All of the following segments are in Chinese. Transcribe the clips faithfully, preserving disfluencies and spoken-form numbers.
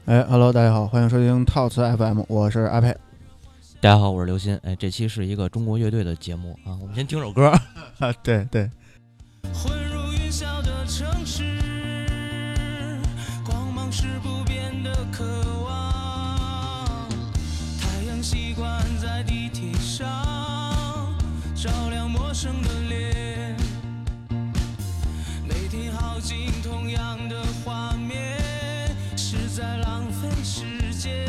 哎哈喽，大家好，欢迎收听套词 F M， 我是阿佩。 大家好，我是刘鑫。哎，这期是一个中国乐队的节目啊，我们先听首歌啊，对对。 混入云霄的城市，光芒是不变的渴望。太阳习惯在地铁上照亮陌生的脸，每天耗尽同样的画面，是在浪费时间。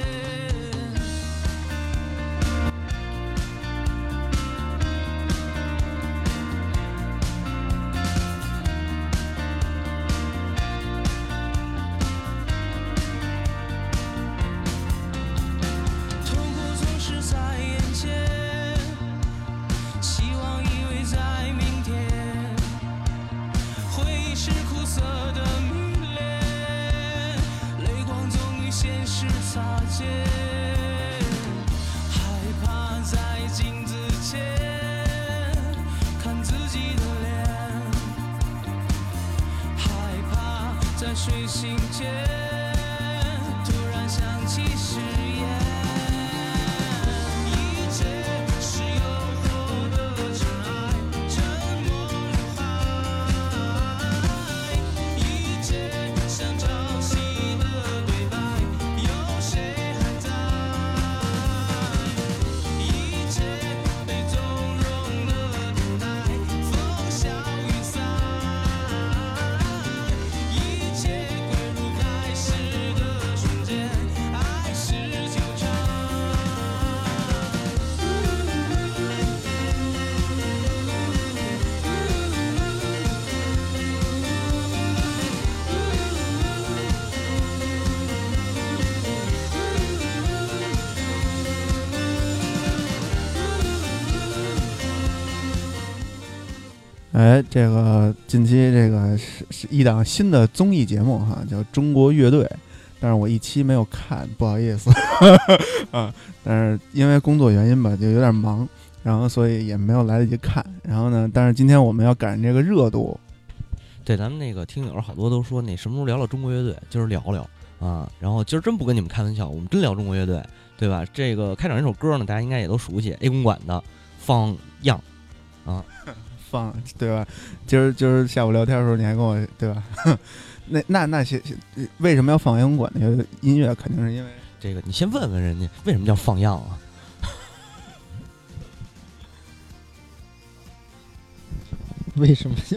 睡醒前突然想起誓言，一切是诱惑的尘埃，沉默刘海，一切像潮汐的对白，有谁还在？一切被纵容的等待，风消云散， 哎，这个近期这个是是一档新的综艺节目哈，叫《中国乐队》，但是我一期没有看，不好意思啊。但是因为工作原因吧，就有点忙，然后所以也没有来得及看。然后呢，但是今天我们要赶上这个热度。 对，咱们那个听友好多都说，那什么时候聊聊中国乐队，今儿聊聊啊。然后今儿真不跟你们开玩笑，我们真聊中国乐队，对吧？这个开场这首歌呢，大家应该也都熟悉 ，A 公馆的《放样》啊。 放对吧？今儿今儿下午聊天的时候，你还跟我对吧？那那那些为什么要放洋馆那个音乐？肯定是因为这个，你先问问人家为什么叫放样啊？ 为什么叫？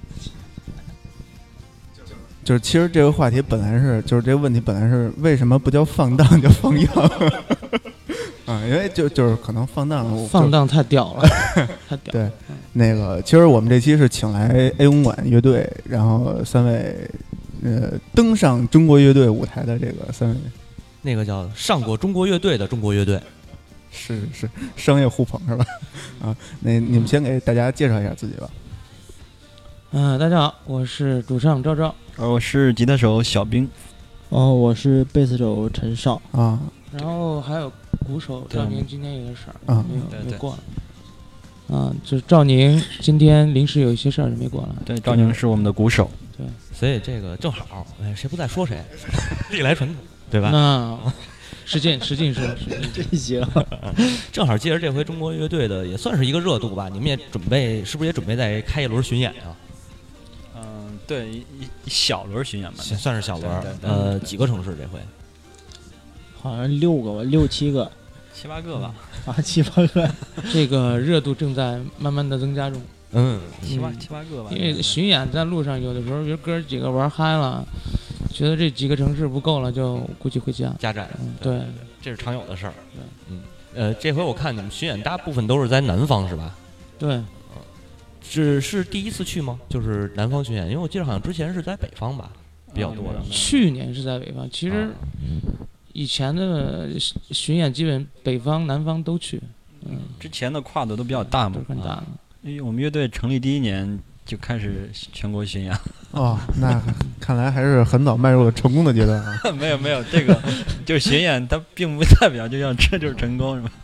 就是其实这个话题本来是，就是这个问题本来是为什么不叫放荡叫放样？啊，因为就就是可能放荡， 放荡太屌了，太屌了。 对，那个其实我们这期是请来 A 公馆乐队，然后三位呃登上中国乐队舞台的这个三位， 那个叫上过中国乐队的中国乐队， 是是商业互捧是吧？啊，那你们先给大家介绍一下自己吧。 嗯、呃，大家好，我是主唱赵赵， 呃，我是吉他手小兵， 哦，我是贝斯手陈少啊， 然后还有鼓手赵宁，今天有点事儿啊， 没有没过来。啊，就是赵宁今天临时有一些事儿就没过来。 对，赵宁是我们的鼓手。 对， 所以这个正好，哎，谁不在说谁，历来传统，对吧？ 那使劲使劲说， 这行。 正好借着这回中国乐队的也算是一个热度吧，你们也准备是不是也准备再开一轮巡演啊？ 嗯，对，一一小轮巡演吧， 算是小轮。 对对对呃，几个城市这回？ 好像六个吧，六七个， 七八个吧， 啊，七八个。这个热度正在慢慢的增加中。 嗯， 七八七八个吧。 因为巡演在路上，有的时候，比如哥几个玩嗨了，觉得这几个城市不够了，就估计回家加站。 嗯，对， 这是常有的事儿。嗯，呃，这回我看你们巡演大部分都是在南方，是吧？ 对。 是是第一次去吗？就是南方巡演，因为我记得好像之前是在北方吧，比较多的。 去年是在北方，其实以前的巡演基本北方、南方都去。嗯， 之前的跨度都比较大嘛， 都很大的。 因为我们乐队成立第一年就开始全国巡演。 哦，那看来还是很早迈入了成功的阶段啊。 没有没有，这个就是巡演，它并不代表就像这就是成功，是吧？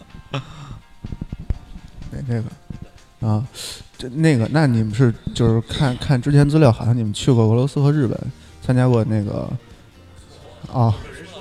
对这个啊。这那个，那你们是就是看看之前资料，好像你们去过俄罗斯和日本，参加过那个啊、哦，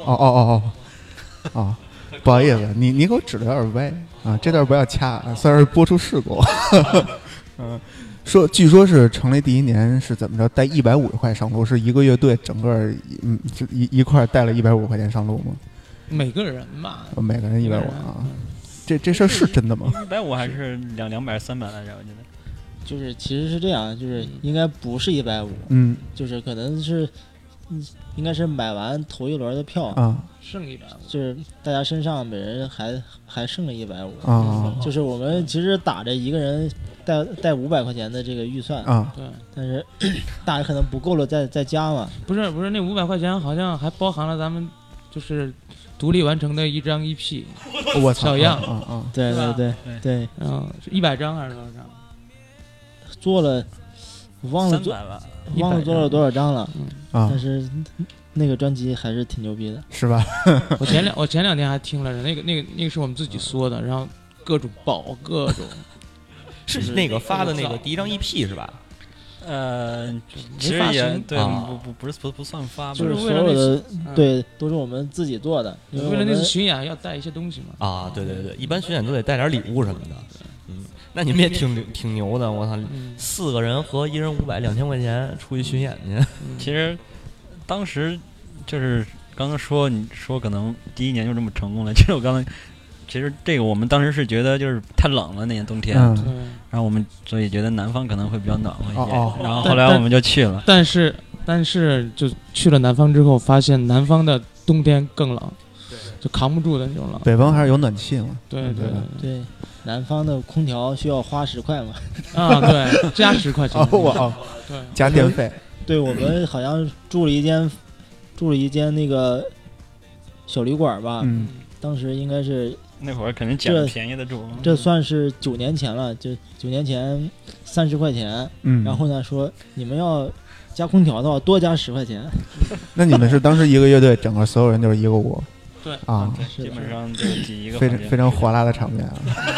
哦哦哦哦，不好意思，你你给我指了点歪啊，这段不要掐，算是播出事故。嗯，说据说是成立第一年是怎么着带一百五十块上路，是一个乐队整个嗯一一块带了一百五十块钱上路吗？ 每个人嘛， 每个人一百五啊，这这事儿是真的吗？ 一百五还是两两百三百来着？我觉得就是其实是这样，就是应该不是一百五， 嗯， 就是可能是应该是买完头一轮的票啊， 剩一百五， 就是大家身上每人还还剩了一百五啊， 就是我们其实打着一个人带带五百块钱的这个预算啊， 对， 但是大家可能不够了再再加嘛。 不是不是，那五百块钱好像还包含了咱们就是独立完成的一张 E P， 我小样， 啊啊， 对对对对， 嗯，是一百张还是多少张？ 做了，我忘了做，忘了做了多少张了， 嗯啊， 但是那个专辑还是挺牛逼的， 是吧？ 我前两我前两天还听了，那个那个那个是我们自己说的，然后各种爆，各种是那个发的那个第一张 E P 是吧？ 呃，其实也对，不不不是不不算发， 就是所有的对都是我们自己做的， 为了那次巡演要带一些东西嘛。 啊，对对对，一般巡演都得带点礼物什么的。嗯，那你们也挺挺牛的，我操，四个人合一人五百两千块钱出去巡演去。 其实当时就是刚刚说你说可能第一年就这么成功了，其实我刚才。其实这个我们当时是觉得就是太冷了那年冬天， 嗯、 然后我们所以觉得南方可能会比较暖和一些， 哦哦、 然后后来我们就去了。 但是但是就去了南方之后，发现南方的冬天更冷，就扛不住的那种冷。 北方还是有暖气嘛？ 对对对, 对, 对，南方的空调需要花十块嘛？ 啊，对，加十块钱。 哦哦， 对， 加电费。 对，我们好像住了一间住了一间那个小旅馆吧， 嗯， 当时应该是。 那会儿肯定捡便宜的住， 这算是九年前了，就九年前三十块钱， 嗯， 然后呢说你们要加空调的话多加十块钱。 那你们是当时一个乐队，整个所有人就是一个屋， 对啊， 基本上就挤一个非常非常火辣的场面啊，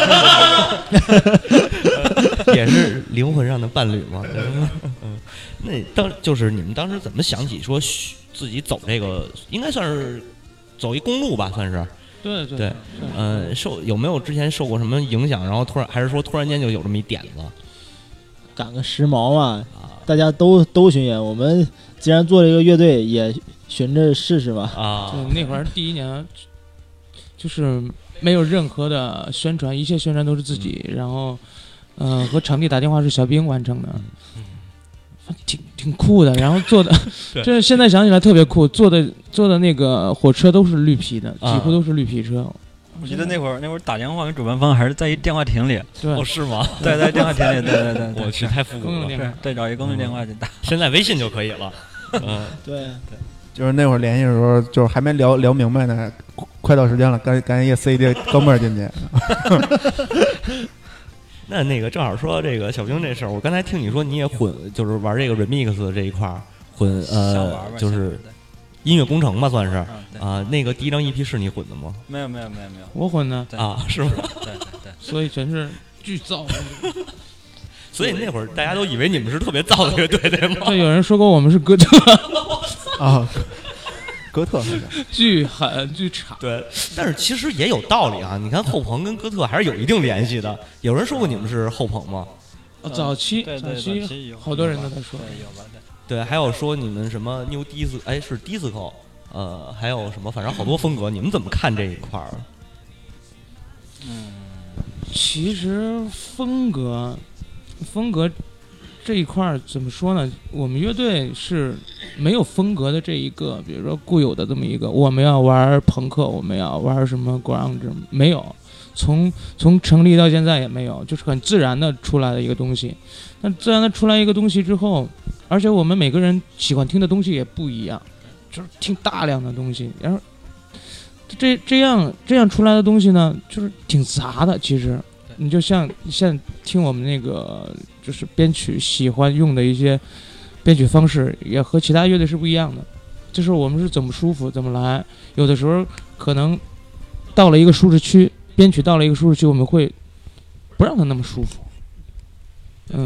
也是灵魂上的伴侣嘛。嗯，那当就是你们当时怎么想起说自己走这个，应该算是走一公路吧，算是。 对对对，呃，受有没有之前受过什么影响？然后突然还是说突然间就有这么一点子， 赶个时髦嘛，大家都都巡演，我们既然做了一个乐队，也循着试试嘛。 啊， 对，那会儿第一年就是没有任何的宣传，一切宣传都是自己，嗯、然后，嗯、呃，和场地打电话是小兵完成的。嗯挺挺酷的，然后做的，这现在想起来特别酷，做的做的那个火车都是绿皮的，几乎都是绿皮车。 我记得那会儿那会儿打电话给主办方还是在一电话亭里， 对， 哦是吗？ 对，在电话亭里，对对对， 我去太复古了， 对，找一公用电话去打， 现在微信就可以了。嗯， 对对， 就是那会儿联系的时候，就是还没聊聊明白呢，快到时间了，赶赶紧也塞一个高妹进去。 那那个正好说这个小兵这事儿，我刚才听你说你也混，就是玩这个 remix 这一块儿混，呃，就是音乐工程吧，算是啊、呃。那个第一张 E P 是你混的吗？ 没有没有没有没有， 我混的啊，是吗？ 对对对， 所以全是巨燥。 所以那会儿大家都以为你们是特别燥的乐队，对吗？ 对，有人说过我们是哥特啊。哥特巨狠巨长， 对，但是其实也有道理啊。你看后朋跟哥特还是有一定联系的。有人说过你们是后朋吗？ 哦、早期对对早期好多人都在说， 对有吧？ 对，还有说你们什么 New Disco， 哎，是 Disco， 呃，还有什么，反正好多风格。你们怎么看这一块儿？ 嗯， 其实风格风格。这一块怎么说呢？我们乐队是没有风格的这一个，比如说固有的这么一个，我们要玩朋克，我们要玩什么 grunge， 没有，从从成立到现在也没有，就是很自然的出来的一个东西。那自然的出来一个东西之后，而且我们每个人喜欢听的东西也不一样，就是听大量的东西，然后这这样这样出来的东西呢，就是挺杂的，其实。你就像像听我们那个就是编曲喜欢用的一些编曲方式，也和其他乐队是不一样的。就是我们是怎么舒服怎么来，有的时候可能到了一个舒适区，编曲到了一个舒适区，我们会不让它那么舒服。嗯，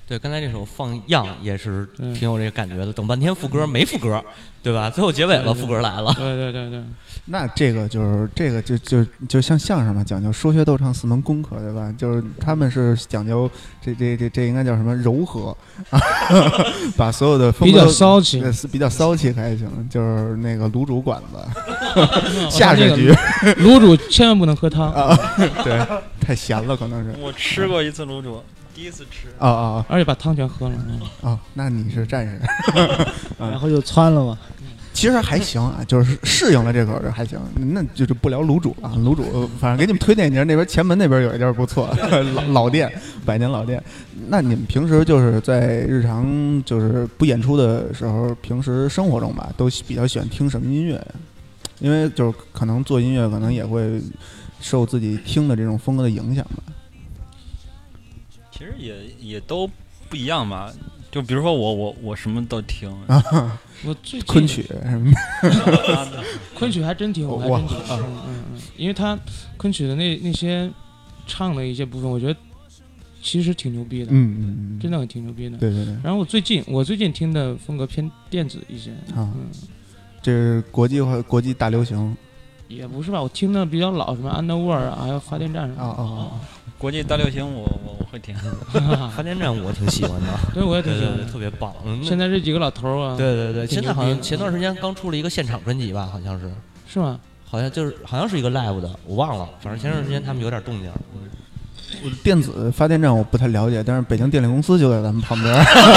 对，刚才这首放样也是嗯挺有这个感觉的，等半天副歌没副歌，对吧？最后结尾了，副歌来了。 对对对对， 那这个就是这个就就就像相声嘛，讲究说学逗唱四门功课，对吧？就是他们是讲究这这这这应该叫什么柔和啊，把所有的风比较格骚气， 对比较骚气还行，就是那个卤煮馆子下水局卤煮千万不能喝汤啊，对，太咸了可能是。 我吃过一次卤煮，第一次吃啊啊而且把汤全喝了。 啊！哦，那你是战士， 然后就窜了嘛。 其实还行啊，就是适应了这口儿还行，那就是不聊卤煮了。卤煮反正给你们推荐一家，那边前门那边有一家不错，老老店，百年老店。那你们平时就是在日常就是不演出的时候，平时生活中吧，都比较喜欢听什么音乐呀？因为就是可能做音乐，可能也会受自己听的这种风格的影响吧。 其实也也都不一样吧。就比如说我我我什么都听， 啊， 我最近昆曲什么的， 昆曲还真听，我还真听，嗯嗯嗯，因为他昆曲的那那些唱的一些部分，我觉得其实挺牛逼的， 嗯嗯嗯， 真的很挺牛逼的。 对对对。 然后我最近我最近听的风格偏电子一些， 啊， 嗯， 这是国际化国际大流行也不是吧，我听的比较老，什么 Underworld 啊，还有发电站什么啊啊啊！ 国际大流行我我我会听。 发电站我挺喜欢的， 对，我也挺喜欢的对对对，特别棒。嗯， 现在这几个老头啊， 对对对， 挺现在好像牛逼的前段时间刚出了一个现场专辑吧，好像是， 是吗？ 好像就是好像是一个 live 的，我忘了，反正前段时间他们有点动静。 我电子发电站我不太了解，但是北京电力公司就在咱们旁边。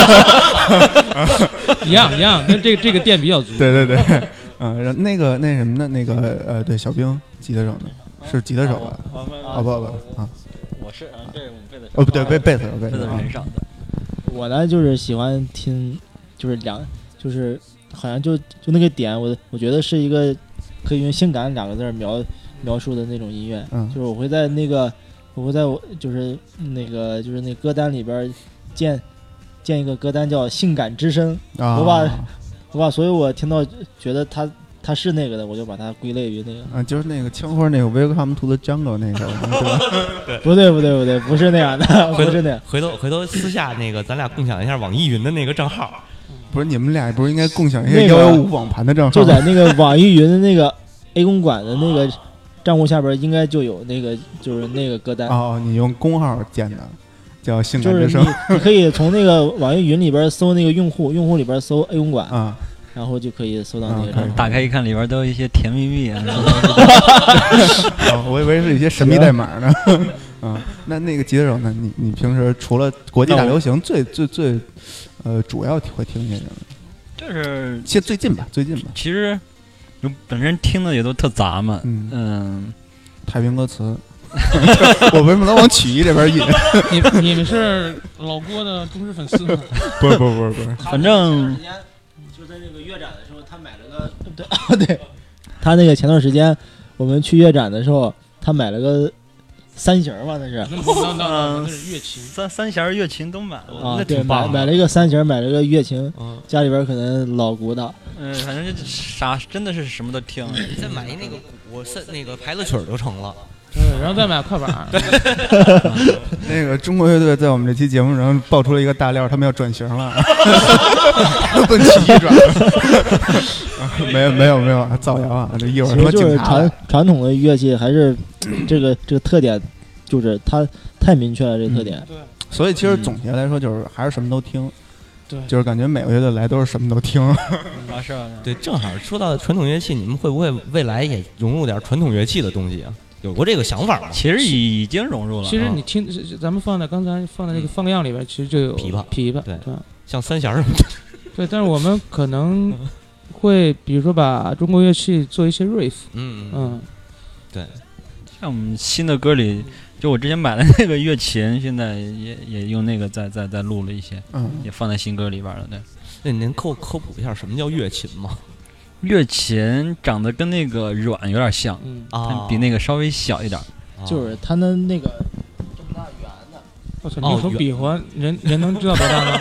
一样一样，但这个这个店比较足。 对对对，嗯，然后那个那什么的，那个呃，对，小兵吉他手的，是吉他手吧？啊不不啊， 我是啊，这是我们贝斯手。 哦不对，贝贝斯手贝贝斯斯手。 很少的。 我呢就是喜欢听，就是两，就是好像就就那个点，我我觉得是一个可以用性感两个字描描述的那种音乐， 嗯， 就是我会在那个我会在我就是那个就是那歌单里边建建一个歌单叫性感之声， 啊， 我把我把所有我听到觉得它它是那个的，我就把它归类于那个。 啊，就是那个枪花那个 Welcome to the Jungle 那个，对吧？ 不对不对不对，不是那样的，不是那样。 回头回头私下那个咱俩共享一下网易云的那个账号。 不是你们俩不是应该共享一下那个幺幺五网盘的账号？ 就在那个网易云的那个 A 公馆的那个账户下边，应该就有那个就是那个歌单。 哦，你用公号建的，叫性就是感之声你你可以从那个网易云里边搜那个用户，用户里边搜 A 公馆， 啊。 然后就可以搜到那个啊账号。 打开一看，里边都有一些甜蜜蜜啊。 哦，我以为是一些神秘代码呢。啊，那那个吉他手呢？你你平时除了国际大流行，最最最，呃，主要会听些什么？ 就是现最近吧，最近吧。 其实就本身听的也都特杂嘛。 嗯嗯， 太平歌词。我为什么老往曲艺这边引？ 你你们是老郭的忠实粉丝吗？ 不是不是不是不是， 反正就在那个乐展的时候，他买了个对啊对，他那个前段时间我们去乐展的时候，他买了个三弦嘛，那是那那那那是乐琴， 三三弦乐琴都买了。 啊， 那对， 挺棒的买买了一个三弦，买了个乐琴， 嗯， 家里边可能老鼓捣。 嗯，反正就啥真的是什么都听。 你再买一那个鼓，三那个牌子曲儿就成了。 对，然后再买快板。 那个中国乐队在我们这期节目上爆出了一个大料，他们要转型了，奔起义转了。没有没有没有，造谣啊！这一会儿他妈其实就是警察来传传统的乐器还是这个这个特点，就是它太明确了这个特点。 对所以其实总结来说，就是还是什么都听， 对， 就是感觉每个乐队来都是什么都听。 啊是啊， 对，正好说到传统乐器，你们会不会未来也融入点传统乐器的东西啊？有过这个想法吗？ 其实已经融入了。 其实你听，咱们放在刚才放在那个放样里边，其实就有琵琶琵琶， 对对像三弦什么的。 对，但是我们可能会比如说把中国乐器做一些 riff， 嗯嗯， 对， 像我们新的歌里，就我之前买的那个乐琴，现在也也用那个再再再录了一些， 嗯， 也放在新歌里边了。对， 那你能科科普一下什么叫乐琴吗？ 乐琴长得跟那个阮有点像， 嗯啊但，比那个稍微小一点。 就是它的那个这么大圆的， 我操， 哦你用手比划，人人能知道多大吗？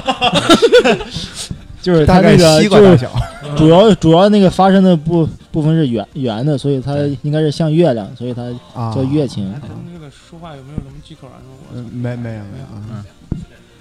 就是大概它那个西瓜就是大小。 主要主要那个发声的部部分是圆圆的，所以它对应该是像月亮，所以它啊， 叫乐琴。 他们这个说话有没有什么忌口啊？我嗯，没没有没有啊。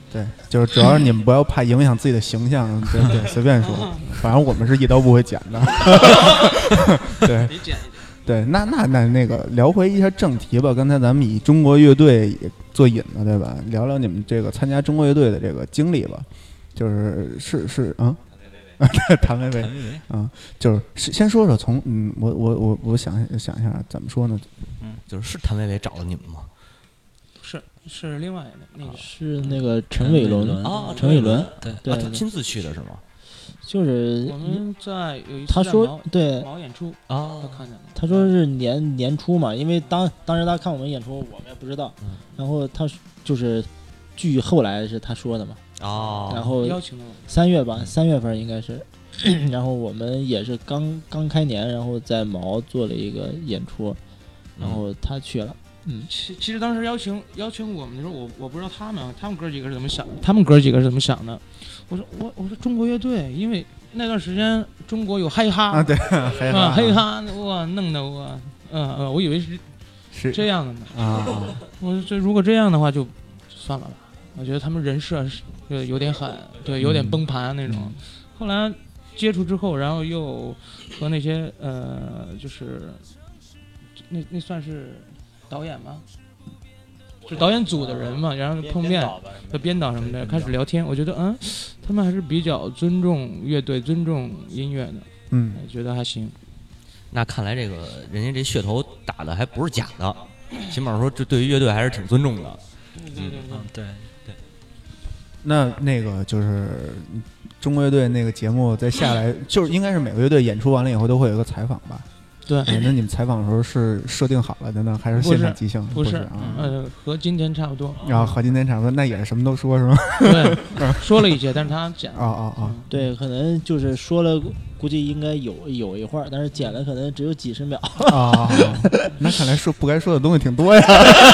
对，就是主要是你们不要怕影响自己的形象，对对，随便说，反正我们是一刀不会剪的。对， 得剪一剪。 对，那那那那个聊回一下正题吧。刚才咱们以中国乐队做引子，对吧？聊聊你们这个参加中国乐队的这个经历吧。就是是是啊，谭维维，啊，就是先说说从嗯，我我我我想想一下怎么说呢？ 嗯，就是是谭维维找了你们吗？ 是是另外的那个是那个陈伟伦啊， 陈伟伦， 对对， 他亲自去的是吗？ 就是我们在有一次他说对毛演出啊， 他看见了， 他说是年年初嘛，因为当当时他看我们演出，我们也不知道，然后他就是据后来是他说的嘛， 哦， 然后邀请了我们三月吧，三月份应该是，然后我们也是刚刚开年，然后在毛做了一个演出，然后他去了。嗯， 其其实当时邀请邀请我们的时候，我我不知道他们他们哥几个是怎么想，他们哥几个是怎么想的。我说我我说中国乐队，因为那段时间中国有嗨哈啊，对，嗨哈， 啊嗨哈，哇，弄得我，嗯嗯，我以为是是这样的呢。 啊， 我说这如果这样的话就算了吧。我觉得他们人设是有有点狠，对，有点崩盘那种。嗯、后来接触之后，然后又和那些呃，就是那那算是导演吗？是导演组的人嘛，然后碰面和编导什么的开始聊天。我觉得嗯，他们还是比较尊重乐队、尊重音乐的。 嗯， 觉得还行。 那看来这个人家这噱头打的还不是假的，起码说这对于乐队还是挺尊重的。 对对对对。 那那个就是中国乐队那个节目再下来，就是应该是每个乐队演出完了以后都会有一个采访吧？ 对。 哎、那你们采访的时候是设定好了的呢，还是现场即兴？ 不是， 不是啊， 呃，和今天差不多。 然后和今天差不多，那也是什么都说是吗？ 对，说了一些，但是他剪。 啊啊啊！ 对，可能就是说了，估计应该有有一会儿，但是剪了可能只有几十秒。 啊，那看来说不该说的东西挺多呀。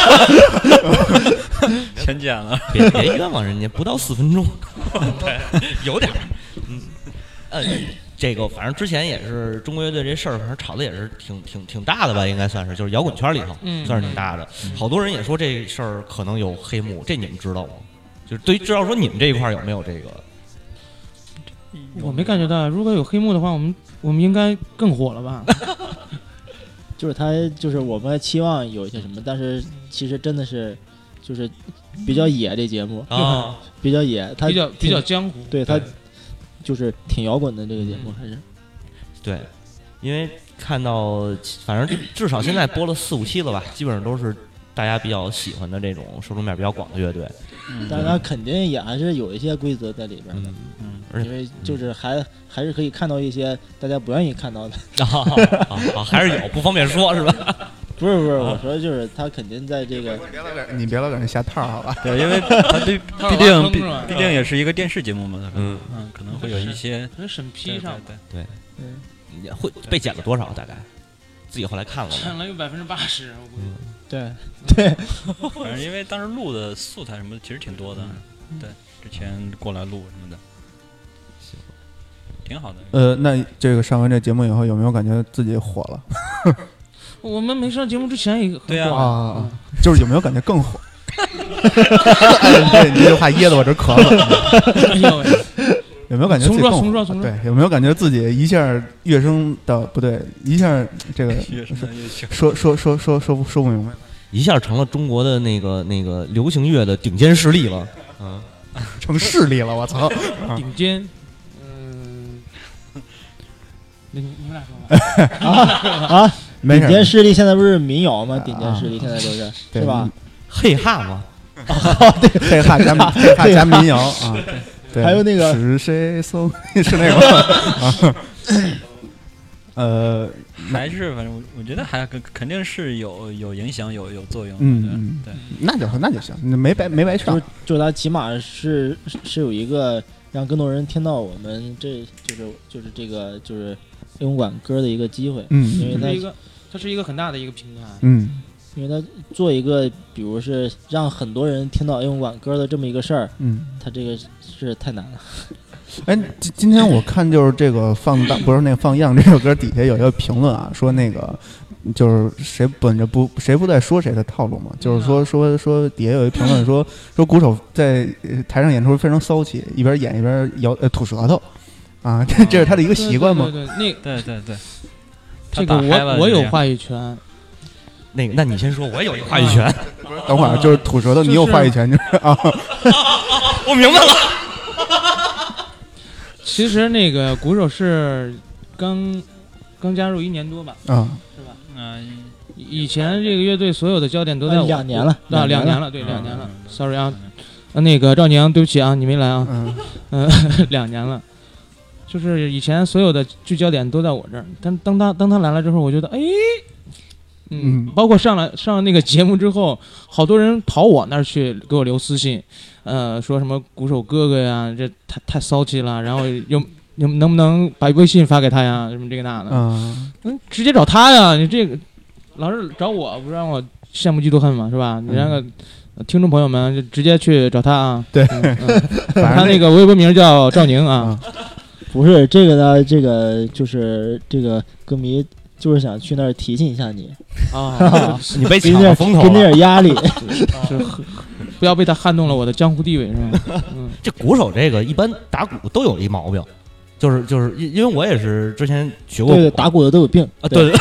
全剪了， 别别冤枉人家，不到四分钟，对，有点儿，嗯，呃，这个反正之前也是中国乐队这事儿，反正吵的也是挺挺挺大的吧，应该算是，就是摇滚圈里头， 嗯， 算是挺大的。嗯、好多人也说这事儿可能有黑幕，这你们知道吗？就是对于知道说你们这一块有没有这个？ 我没感觉到，如果有黑幕的话，我们我们应该更火了吧？ 就是他，就是我们还期望有一些什么，但是其实真的是。就是比较野这节目啊， 比较野，他比较比较江湖， 对他就是挺摇滚的这个节目还是， 对，因为看到反正至少现在播了四五期了吧，基本上都是大家比较喜欢的这种受众面比较广的乐队， 嗯、但是他肯定也还是有一些规则在里边的， 嗯，嗯因为就是还、嗯、还是可以看到一些大家不愿意看到的， 啊啊啊，还是有不方便说是吧？ 不是不是，我说就是他肯定在这个， 你别老搁那下套好吧？ 对，因为他毕毕竟毕毕竟也是一个电视节目嘛，嗯嗯，可能会有一些可能审批上， 对对对，会被剪了多少大概？自己后来看了吗？ 剪了有百分之八十，我估计。 对对， 反正因为当时录的素材什么的其实挺多的，对，之前过来录什么的，行，挺好的。 呃，那这个上完这节目以后，有没有感觉自己火了？ 我们没上节目之前也对啊， 啊，就是有没有感觉更火？对，你这句话噎得我这咳了。有没有感觉自己更火？对，有没有感觉自己一下跃升到不对，一下这个说说说说说说不明白， 一下成了中国的那个那个流行乐的顶尖势力了，嗯， 成势力了，我操， 顶尖，嗯，你你们俩说吧。 啊啊！顶尖势力现在不是民谣吗？顶尖势力现在都是是吧？ 嘿哈吗？ 对， 嘿哈加嘿哈加民谣啊。 还有那个是谁送是那个啊？呃， 还是反正我我觉得还肯定是有有影响有有作用。 嗯嗯，对，那就那就行，没白没白上。 就就他起码是是有一个让更多人听到我们这就是就是这个就是音乐馆歌的一个机会。 嗯， 因为它是一个它是一个很大的一个平台。 嗯。 因为他做一个，比如是让很多人听到音乐馆歌的这么一个事儿， 嗯， 他这个是太难了。 哎，今今天我看就是这个放大不是那个放样这首歌底下有一个评论啊，说那个就是谁本着不谁不在说谁的套路嘛，就是说说说底下有一评论说说鼓手在台上演出非常骚气，一边演一边摇呃吐舌头啊，这这是他的一个习惯吗？ 对对对，那对对对， 这个我我有话语权。 那个，那你先说，我也有一个话语权。 等会儿就是吐舌头，你有话语权就是啊。 我明白了。 其实那个鼓手是刚刚加入一年多吧？ 啊， 是吧？ 嗯， 以前这个乐队所有的焦点都在我两年了， 啊，两年了，对，两年了。Sorry 啊，呃，那个赵宁，对不起啊，你没来啊。 嗯嗯，两年了。就是以前所有的聚焦点都在我这儿，但当他当他来了之后，我觉得哎。嗯，包括上了上了那个节目之后，好多人跑我那儿去给我留私信，呃，说什么鼓手哥哥呀，这太太骚气了，然后有有能不能把微信发给他呀，什么这个那的， 嗯， 嗯，直接找他呀，你这个老是找我，不让我羡慕嫉妒恨嘛，是吧？你那个听众朋友们就直接去找他啊， 对， 嗯嗯、他那个微博名叫赵宁啊， 不是这个呢，这个就是这个歌迷。就是想去那儿提醒一下你啊， 你被抢了风头了， 给你点压力， 是不要被他撼动了我的江湖地位，是吧？嗯， 这鼓手这个一般打鼓都有一毛病，就是就是因为我也是之前学过鼓， 对，打鼓的都有病啊，对对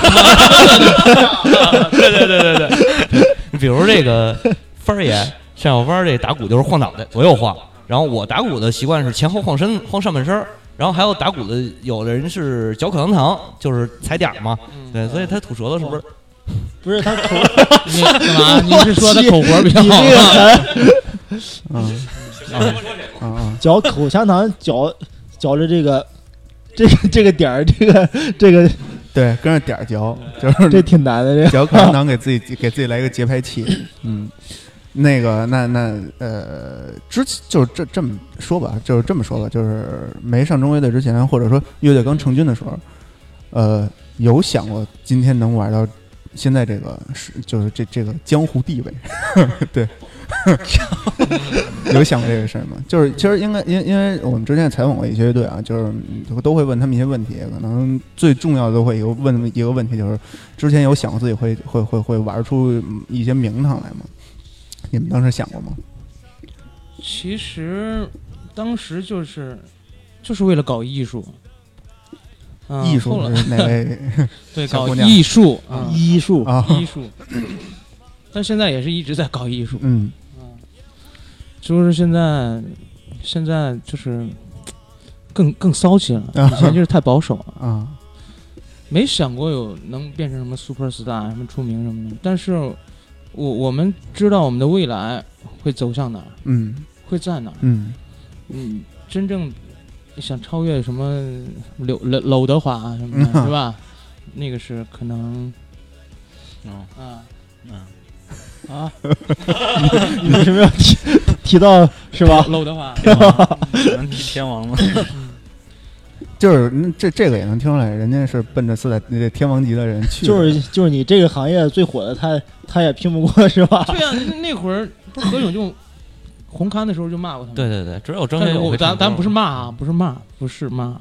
对对对对对，你比如这个分儿爷单小芳这打鼓就是晃脑袋，左右晃，然后我打鼓的习惯是前后晃身，晃上半身。然后还有打鼓的，有的人是嚼口香糖，就是踩点嘛，对，所以他吐舌头是不是？ 不是他口， 你干嘛？你是说他口活比较好吗？ 嗯嗯， 嚼口香糖嚼嚼着这个这个这个点儿，这个这个对，跟着点儿嚼，就是这挺难的。这嚼口香糖给自己给自己来一个节拍器，嗯。那个，那那呃，之前就是这这么说吧，就是这么说吧，就是没上中乐队之前，或者说乐队刚成军的时候，呃，有想过今天能玩到现在这个是就是这这个江湖地位，对，有想过这个事儿吗？就是其实应该因因为我们之前采访过一些乐队啊，就是都会问他们一些问题，可能最重要的都会有问一个问题，就是之前有想过自己会会会会玩出一些名堂来吗？你们当时想过吗？ 其实当时就是就是为了搞艺术，嗯、 艺术是哪位？ 对，搞艺术啊，艺术啊， 艺术。但现在也是一直在搞艺术， 嗯， 就是现在现在就是更更骚气了，以前就是太保守了啊， 没想过有能变成什么 super star 什么出名什么的，但是。我我们知道我们的未来会走向哪儿， 嗯， 会在哪儿， 嗯， 嗯，真正想超越什么柳柳柳德华什么的，嗯、是吧？那个是可能， 嗯啊， 嗯啊，你为什么要提提到是吧？ 柳德华， 能提天王吗？ 就是这这个也能听出来，人家是奔着四代那天王级的人去的。 就是就是你这个行业最火的，他他也拼不过是吧？ 对呀、啊，那会儿何勇就红磡的时候就骂过他们。 对对对，只有张学友。 咱咱不是骂啊，不是骂，不是骂。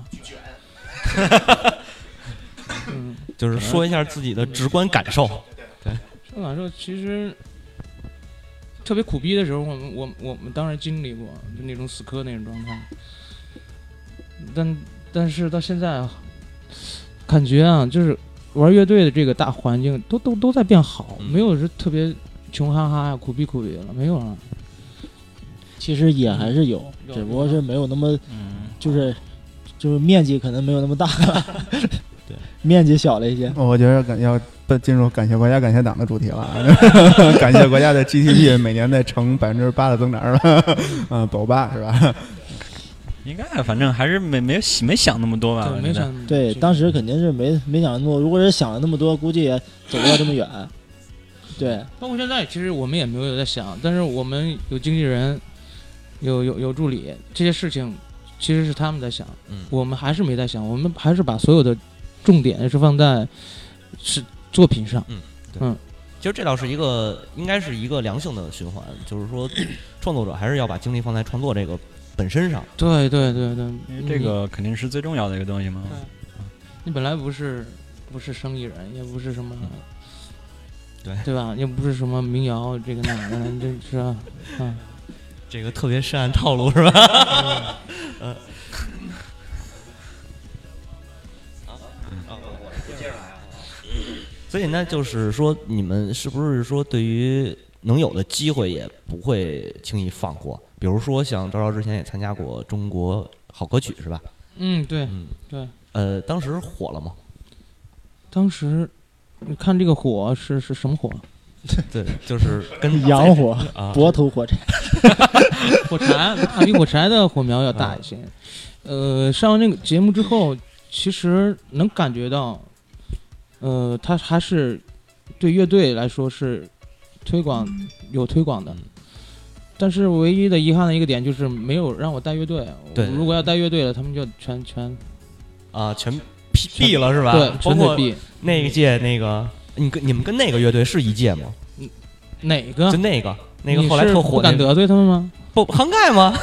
嗯，就是说一下自己的直观感受。对， 直观感受其实特别苦逼的时候，我们我我们当然经历过，就那种死磕那种状态。但但是到现在啊，感觉啊，就是玩乐队的这个大环境都都都在变好， 嗯、 没有是特别穷哈哈呀、苦逼苦逼了，没有了。 其实也还是有， 嗯、 只不过是没有那么， 嗯， 就是就是面积可能没有那么大， 对， 面积小了一些。 我觉得感要进入感谢国家、感谢党的主题了，感谢国家的 G D P 每年在呈百分之八的增长了，嗯，保八是吧？ 应该，反正还是没没没想那么多吧。 对，没想。 对，当时肯定是没没想那么多。如果是想了那么多，估计也走不了这么远。对， 包括现在，其实我们也没有在想，但是我们有经纪人，有有有助理，这些事情其实是他们在想， 嗯， 我们还是没在想，我们还是把所有的重点是放在是作品上。 嗯，对嗯， 其实这倒是一个，应该是一个良性的循环，就是说，创作者还是要把精力放在创作这个本身上。 对对对对， 因为这个肯定是最重要的一个东西嘛。 对，你本来不是不是生意人，也不是什么， 对对吧？也不是什么民谣这个那个，这是啊，啊， 这个特别深谙套路是吧？嗯。所以那就是说，你们是不是说对于能有的机会也不会轻易放过？比如说像昭昭之前也参加过中国好歌曲是吧？ 嗯，对， 嗯， 对。 呃，当时火了吗？ 当时你看这个火是是什么火？ 对，就是跟洋火、 啊， 脖头火柴， 火柴，它比火柴的火苗要大一些。呃，上完那个节目之后，其实能感觉到。呃，他还是对乐队来说是推广有推广的，但是唯一的遗憾的一个点就是没有让我带乐队。 对， 如果要带乐队了，他们就全全啊全毙了是吧？ 对，全得毙。 那一届那个，你跟你们跟那个乐队是一届吗？ 哪个？ 就那个那个后来特火， 不敢得罪他们吗？ 不涵盖吗？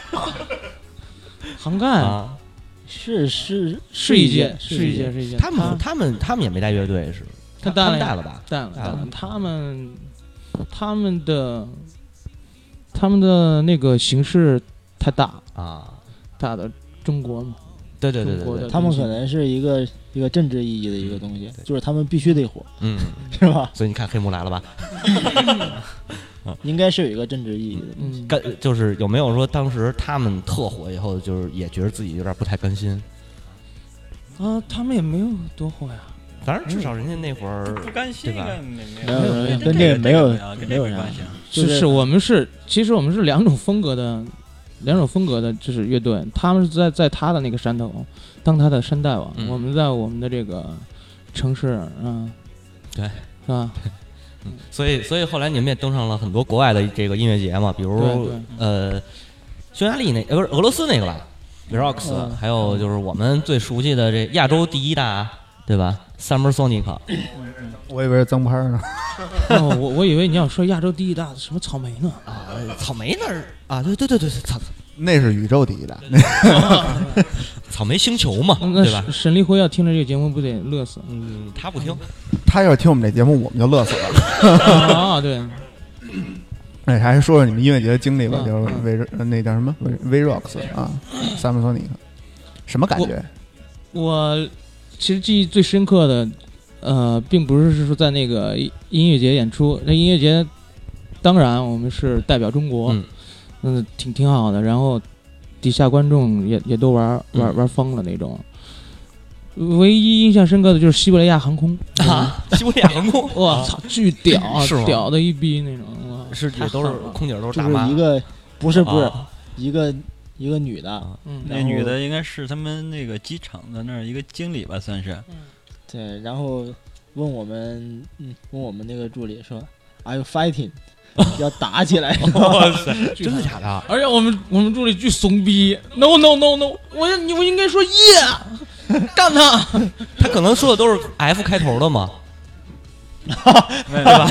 涵盖啊。 是是是一届， 是一届，是一届。 他们他们他们也没带乐队是？ 他带了带了吧？ 带了带了。他们他们的他们的那个形式太大啊， 大的中国嘛。 对对对对对。 他们可能是一个一个政治意义的一个东西，就是他们必须得火， 嗯， 是吧？ 所以你看黑幕来了吧？ 应该是有一个政治意义的， 嗯， 甘就是有没有说当时他们特火以后，就是也觉得自己有点不太甘心啊？他们也没有多火呀， 反正至少人家那会儿不甘心， 对吧？ 没有没有跟这个没有没有关系啊。 是是我们是其实我们是两种风格的，两种风格的就是乐队，他们是在在他的那个山头当他的山大王， 嗯、 我们在我们的这个城市，嗯， 对， 是吧？ 嗯，所以，所以后来你们也登上了很多国外的这个音乐节嘛，比如呃，匈牙利那呃不是俄罗斯那个吧 ，Verox，、嗯、还有就是我们最熟悉的这亚洲第一大，对吧 ？Summer Sonic。 我以为是增拍呢。 哦，我我以为你要说亚洲第一大什么草莓呢？ 啊，草莓那儿啊，对对对对，草那是宇宙第一大。 草莓星球嘛，对吧？ 沈立辉要听着这个节目不得乐死？ 嗯，他不听， 他要是听我们这节目，我们就乐死了。 啊，对。 哎，还是说说你们音乐节的经历吧，就是微那叫什么 Verox 啊 ，Summer Sonic， 什么感觉？ 我, 我其实记忆最深刻的，呃，并不是说在那个音乐节演出，那音乐节当然我们是代表中国，嗯，嗯挺挺好的，然后。底下观众也也都玩玩玩疯了那种，唯一印象深刻的就是西伯利亚航空啊，西伯利亚航空， 我操，巨屌， 是吗？ 屌的一逼那种， 是也都是空姐都是大妈，就是一个不是不是、 啊、 一个一个女的， 嗯， 那女的应该是他们那个机场的那儿一个经理吧，算是， 嗯，对，然后问我们，嗯，问我们那个助理说 ，Are you fighting？要打起来！ 哇塞，真的假的？ 而且我们我们助理巨怂逼 ，no no no no， 我我应该说耶，干他！ 他可能说的都是 F 开头的嘛， 对吧？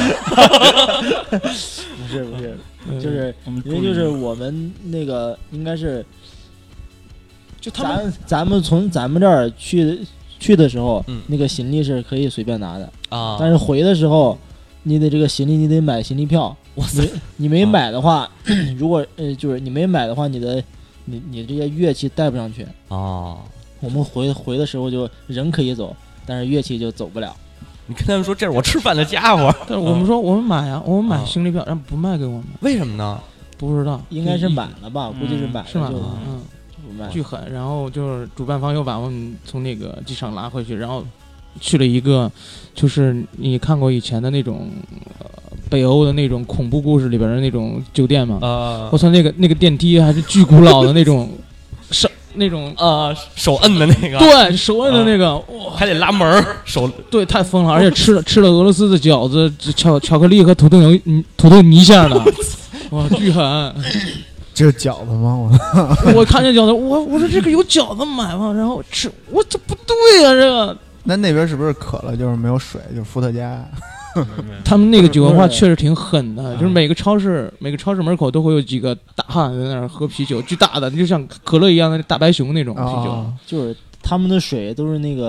不是不是，就是因为就是我们那个应该是， 就他们咱咱们从咱们这儿去去的时候， 嗯， 那个行李是可以随便拿的啊， 但是回的时候。你的这个行李你得买行李票，你你没买的话，啊、如果呃就是你没买的话，你的你你这些乐器带不上去哦。 我们回回的时候就人可以走，但是乐器就走不了。 你跟他们说这是我吃饭的家伙， 但是我们说我们买呀，我们买行李票，然后不卖给我们， 为什么呢？ 不知道， 应该是满了吧，估计是满了， 是吗？ 嗯， 巨狠。然后就是主办方又把我们从那个机场拉回去，然后。去了一个，就是你看过以前的那种，呃，北欧的那种恐怖故事里边的那种酒店吗？ 啊！ 我操，那个那个电梯还是巨古老的那种，手那种啊手摁的那个， 对，手摁的那个，哇， 还得拉门手， 对，太疯了，而且吃了吃了俄罗斯的饺子，巧巧克力和土豆牛土豆泥馅的，哇，巨狠。 这是饺子吗？ 我我看见饺子，我我说这个有饺子买吗？然后吃，我这不对呀、啊，这个。 那那边是不是渴了就是没有水，就是伏特加？ 他们那个酒文化确实挺狠的，就是每个超市每个超市门口都会有几个大汉在那儿喝啤酒，巨大的，就像可乐一样的大白熊那种啤酒。 哦、就是他们的水都是那个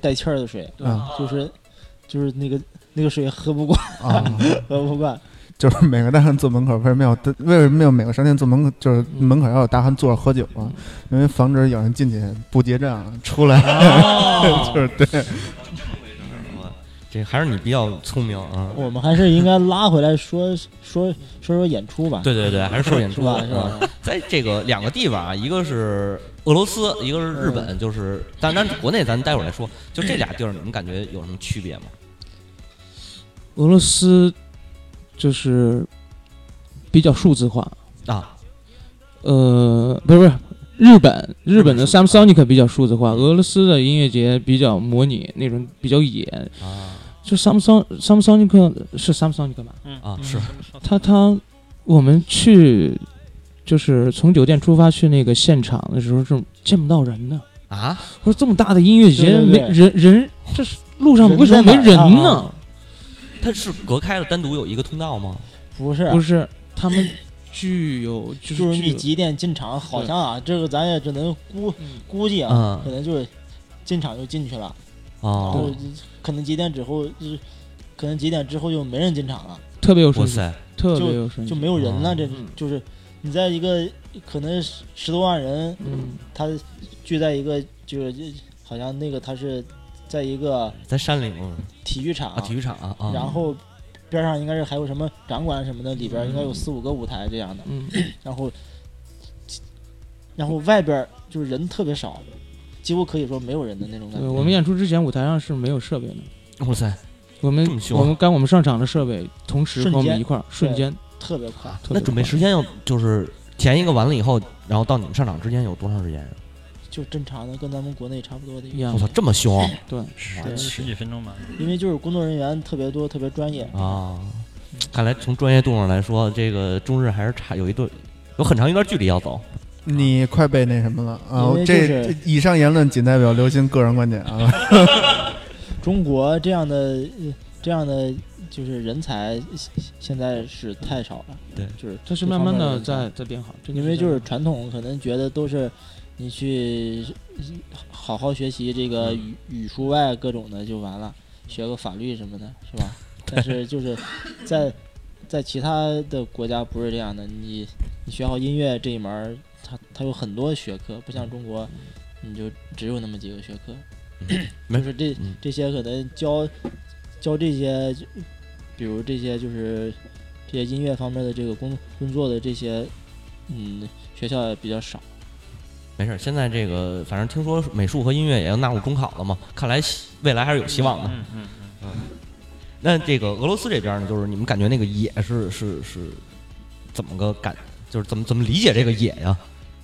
带气儿的水， 啊就是就是那个那个水喝不惯， 啊， 喝不惯。 就是每个大汉坐门口为什么要为什么要每个商店坐门口就是门口要有大汉坐着喝酒啊？因为防止有人进去不结账出来， 哦就是对。 这还是你比较聪明啊。 我们还是应该拉回来说说说说演出吧。 对对对，还是说演出是吧？是吧？ 在这个两个地方啊，一个是俄罗斯，一个是日本，就是但咱国内咱待会儿来说，就这俩地儿，你们感觉有什么区别吗？ 俄罗斯就是比较数字化啊， 呃，不是不是，日本日本的 Samsonic 比较数字化，俄罗斯的音乐节比较模拟那种比较野啊。 就 Samsung Samsonic 是 Samsonic 吗？ 嗯啊是， 他他我们去就是从酒店出发去那个现场的时候是见不到人的啊！ 我说这么大的音乐节对对对没人人，这是路上为什么没人呢？ 啊它是隔开了，单独有一个通道吗？ 不是不是，他们具有就就是具有你几点进场，好像啊，这个咱也只能估嗯估计啊， 嗯可能就是进场就进去了，然后哦， 可能几点之后就是可能几点之后就没人进场了， 特别有声音， 哇塞， 特别有声音， 就没有人了。这嗯就是你在一个可能十十多万人， 嗯他聚在一个就是好像那个他是在一个在山岭体育场啊，体育场啊，啊然后边上应该是还有什么展馆什么的，里边应该有四五个舞台这样的， 嗯然后然后外边就是人特别少，几乎可以说没有人的那种感对， 觉。 我们演出之前舞台上是没有设备的， 哇塞， 我们这么凶我们刚我们上场的设备同时瞬间和我们一块儿瞬间， 特别快， 特别那准备快时间要就是前一个完了以后，然后到你们上场之间有多长时间呀？ 就正常的跟咱们国内差不多的一个， 一样我操，这么凶对， 对十几分钟吧。 因为就是工作人员特别多，特别专业。 啊！看来从专业度上来说，这个中日还是差有一段有很长一段距离要走。 你快被那什么了啊因！为这就是这以上言论仅代表刘鑫个人观点啊。 中国这样的呃这样的就是人才现在是太少了， 对， 就是它是慢慢的这方面人才在在变好，真的因为就是在传统可能觉得都是你去好好学习这个语语数外各种的就完了，学个法律什么的，是吧？但是就是在在其他的国家不是这样的，你你学好音乐这一门儿，它它有很多学科，不像中国，你就只有那么几个学科， 没就是这嗯这些可能教教这些，比如这些就是这些音乐方面的这个工工作的这些，嗯，学校也比较少。 没事，现在这个反正听说美术和音乐也要纳入中考了嘛，看来希未来还是有希望的。 嗯嗯嗯。 那这个俄罗斯这边呢，就是你们感觉那个野是是是怎么个感，就是怎么怎么理解这个野呀？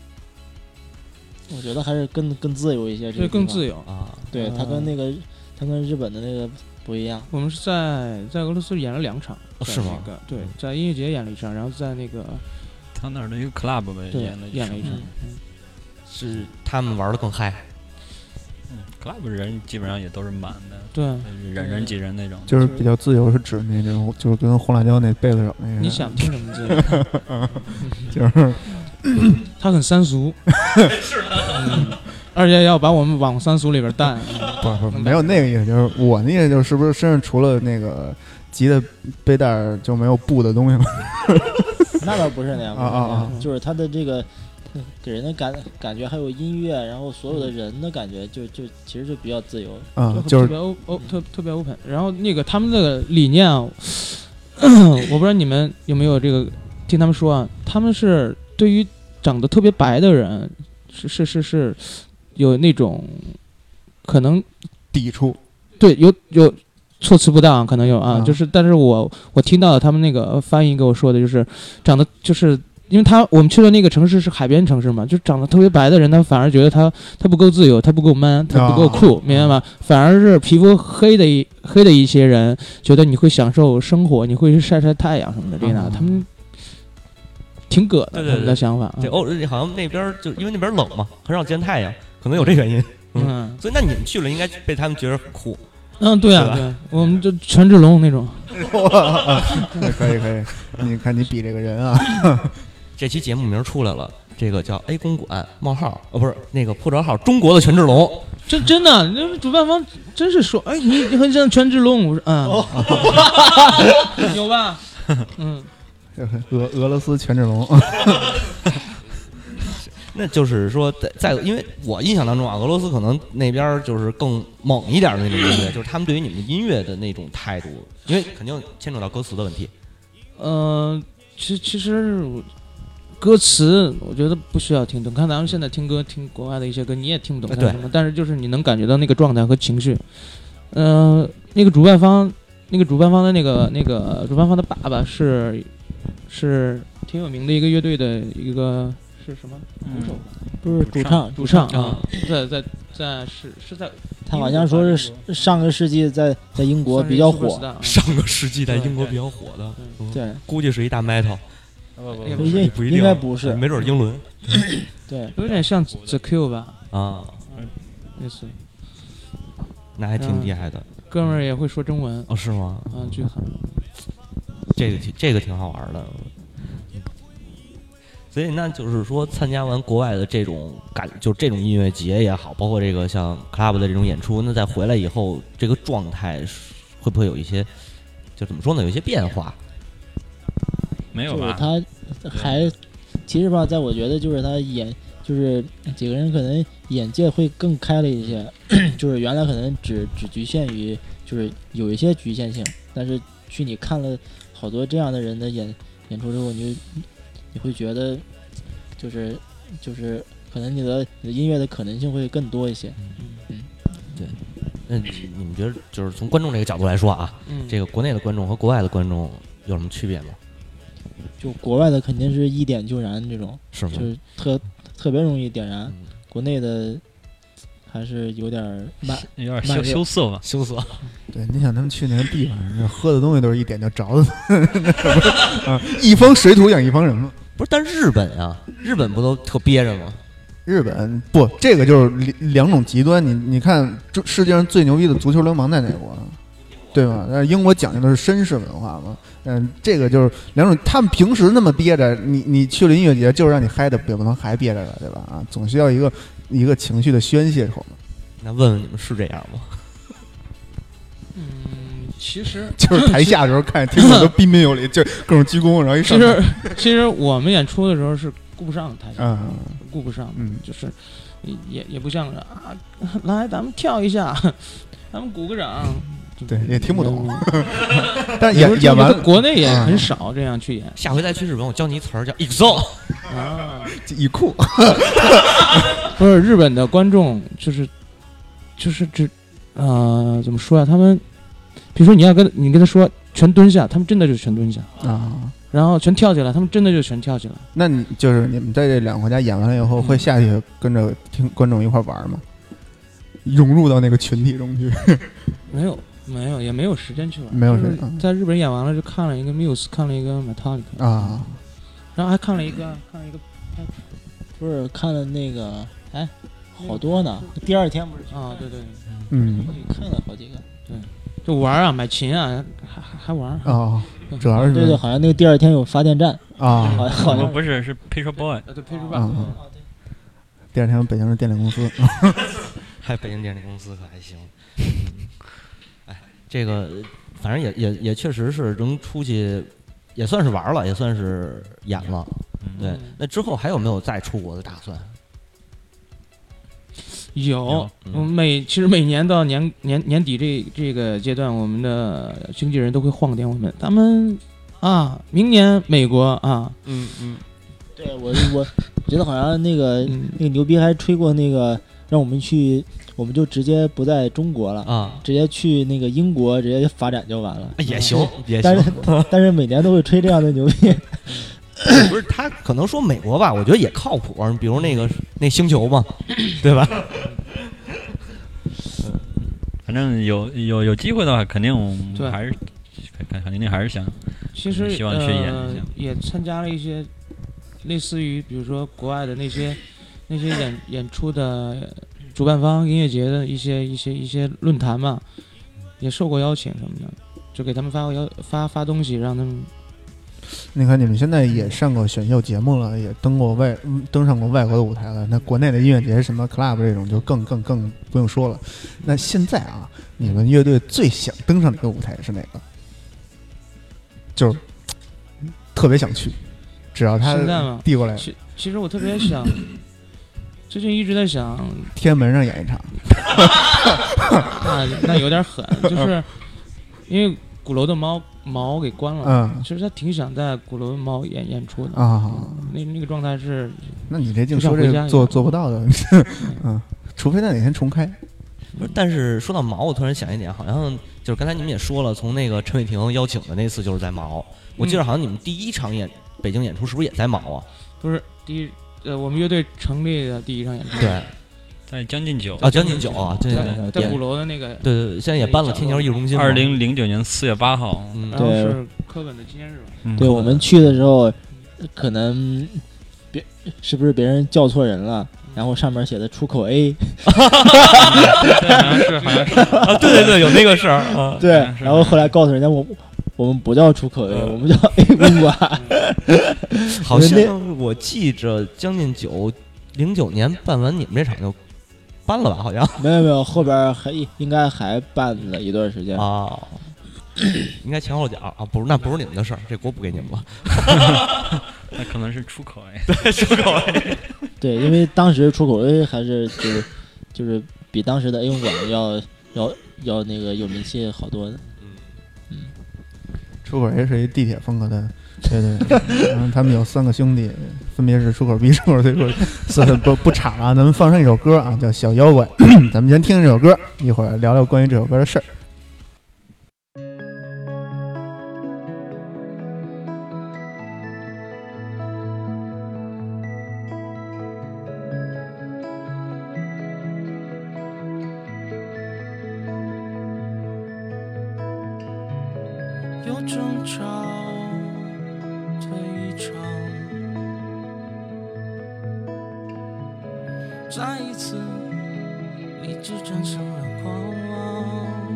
我觉得还是更更自由一些，这对个地方更自由。 啊， 对，它跟那个它跟日本的那个不一样。 我们是在在俄罗斯演了两场，在哦是吗那个对，在音乐节演了一场，然后在那个他那儿的一个 club 呗， 对演了演了一场， 嗯是他们玩的更嗨。 嗯 club 人基本上也都是满的， 对， 人人挤人那种。 就是比较自由，是指那种就是跟红辣椒那贝斯手那个。 你想听什么自由？ 就是他很三俗，是嗯，而且要把我们往三俗里边带。 不不不没有那个意思，就是我那个就是不是身上除了那个系的背带儿就没有布的东西了。 那倒不是那样啊啊啊！ 就是它的这个嗯给人的感感觉，还有音乐，然后所有的人的感觉，就就其实就比较自由。 啊，就是特别 o o 特特别 open。然后那个他们的理念啊，我不知道你们有没有这个听他们说啊，他们是对于长得特别白的人，是是是是有那种可能抵触。 对有有措辞不当，可能有啊， 啊就是但是我我听到他们那个翻译给我说的，就是长得就是。因为他我们去的那个城市是海边城市嘛，就长得特别白的人，他反而觉得他他不够自由，他不够 man， 他不够酷， 哦、 明白吗？反而是皮肤黑的一黑的一些人，觉得你会享受生活，你会去晒晒太阳什么的，这样、 哦、 他们挺葛的， 对对对他们的想法。 这欧好像那边就因为那边冷嘛，很少见太阳，可能有这原因。嗯， 嗯所以那你们去了，应该被他们觉得很酷。 嗯，对啊，对，我们就权志龙那种。 可以可以，你看你比这个人啊。 这期节目名出来了，这个叫 A 公馆冒号，哦不是那个破折号中国的权志龙， 真真的，那主办方真是说，哎，你你很像权志龙，我说啊，嗯、有吧？嗯， 俄俄罗斯权志龙。 那就是说在，在因为我印象当中啊，俄罗斯可能那边就是更猛一点的那种音乐，就是他们对于你们音乐的那种态度，因为肯定牵扯到歌词的问题。 呃，其实其实歌词我觉得不需要听懂，看咱们现在听歌，听国外的一些歌，你也听不懂它什么，但是就是你能感觉到那个状态和情绪。呃，那个主办方，那个主办方的那个那个主办方的爸爸是是挺有名的一个乐队的一个。是什么？鼓手、 嗯、不是主唱， 主唱啊，在在在是是在， 他好像说是上个世纪在在英国比较火， 上个世纪在英国比较火的， 对，嗯、 估计是一大 metal， 不不不一不一定， 应该不是， 没准英伦， 对， 有点像 The Q 吧， 啊， 类似， 那还挺厉害的， 哥们儿也会说中文， 哦，是吗？ 啊，巨狠， 这个挺这个挺好玩的。所以那就是说，参加完国外的这种感，就这种音乐节也好，包括这个像 club 的这种演出，那再回来以后，这个状态会不会有一些，就怎么说呢？有一些变化？ 没有吧？ 他还其实吧，在我觉得就是他眼，就是几个人可能眼界会更开了一些，就是原来可能只只局限于，就是有一些局限性，但是去你看了好多这样的人的演演出之后，你就。你会觉得，就是就是可能你的你的音乐的可能性会更多一些。 嗯嗯，对。那你们觉得，就是从观众这个角度来说啊，嗯、这个国内的观众和国外的观众有什么区别吗？ 就国外的肯定是一点就燃这种， 是吗？ 就是特特别容易点燃。嗯、国内的还是有点慢， 有点羞羞涩吧， 羞涩。 对，你想他们去那个地方，喝的东西都是一点就着的，那什么啊，一方水土养一方人嘛。 不是，但是日本啊，日本不都特憋着吗？ 日本不，这个就是两种极端。你你看，世界上最牛逼的足球流氓在哪国，对吧？但是英国讲究的是绅士文化嘛。嗯，这个就是两种。他们平时那么憋着，你你去了音乐节，就是让你嗨的，也不能还憋着了，对吧？啊，总需要一个一个情绪的宣泄口嘛。 那问问你们是这样吗？ 嗯，其实就是台下的时候看听众都彬彬有礼，就各种鞠躬，然后一上。 其实其实我们演出的时候是顾不上台下， 嗯， 顾不上， 嗯， 就是也也不像啊，来咱们跳一下，咱们鼓个掌。 对，也听不懂，但是演演完， 国内也很少这样去演。 下回再去日本，我教你一词儿叫 E X O 啊， 一酷。 不是日本的观众，就是就是只呃怎么说呀？他们比如说你要跟你跟他说全蹲下，他们真的就全蹲下啊， 然后全跳起来，他们真的就全跳起来。 那你就是你们在这两个国家演完了以后，会下去跟着听观众一块玩吗？融入到那个群体中去？ 没有。没有，也没有时间去玩。 没有时间。 在日本演完了，就看了一个 Muse， 看了一个 Metallica 啊， 然后还看了一个，看了一个， 不是看了那个，哎，好多呢。第二天不是啊？对对， 嗯， 看了好几个。 对，就玩啊，买琴啊，还还玩啊。 哦，主要是对对，好像那个第二天有发电站啊， 好像好像不是是 Paper Boy， 对 Paper Boy。 啊，第二天北京是电力公司， 还北京电力公司可还行。这个反正也也也确实是能出去，也算是玩了，也算是演了。对，那之后还有没有再出国的打算？ 有，嗯、每其实每年到年年年底这这个阶段，我们的经纪人都会晃点我们，他们啊，明年美国啊， 嗯嗯， 对我我觉得好像那个、嗯、那个牛逼还吹过那个让我们去。我们就直接不在中国了啊， 直接去那个英国直接发展就完了， 也行，也行。 但是但是每年都会吹这样的牛逼。 不是他可能说美国吧，我觉得也靠谱。比如那个那星球嘛，对吧？ 反正有有有机会的话，肯定还是肯肯定还是想， 其实希望去演一下、呃、 也参加了一些类似于比如说国外的那些那些演演出的。主办方音乐节的一些一些一些论坛嘛，也受过邀请什么的，就给他们发过邀发发东西，让他们你看你们现在也上过选秀节目了，也登过外登上过外国的舞台了。那国内的音乐节什么 club 这种就更更更不用说了。那现在啊，你们乐队最想登上哪个舞台是哪个？就是特别想去，只要他递过来。 其其实我特别想，最近一直在想天安门上演一场。 那那有点狠，就是因为鼓楼的猫猫给关了， 嗯， 其实他挺想在鼓楼的猫演演出的啊、 嗯，那那个状态是， 那你这净说这个做做不到的，嗯，除非他哪天重开。 不是，但是说到毛，我突然想一点，好像就是刚才你们也说了，从那个陈伟霆邀请的那次就是在毛，我记得好像你们第一场演北京演出是不是也在毛啊？ 不是第一，呃，我们乐队成立的第一场演出， 对。 在将近九啊，将近九啊，对对对，在鼓楼的那个， 对对对，现在也搬了天桥艺术中心。 二零零九年四月八号， 嗯，然后是科本的纪念日吧？ 嗯、 对，我们去的时候，可能别是不是别人叫错人了，然后上面写的出口 A， 对，好像是好像是啊，对对对，有那个事儿啊。 对，然后后来告诉人家我我们不叫出口 A，、嗯、我们叫 A 公馆。 好像我记着将近九零九年办完你们这场就。搬了吧，好像没有没有，后边还应该还办了一段时间啊，应该前后脚啊，不是，那不是你们的事儿，这锅不给你们了。 那可能是出口 A， 对，出口 A， 对，因为当时出口 A 还是就是就是比当时的 A 公馆要要要那个有名气好多的。 嗯嗯， 出口 A 是一地铁风格的。对对，然后他们有三个兄弟，分别是出口 B、出口 C、出口 C。不不岔了，咱们放上一首歌啊，叫《小妖怪》。咱们先听这首歌，一会儿聊聊关于这首歌的事儿。 有争吵。再一次，理智战胜了狂妄，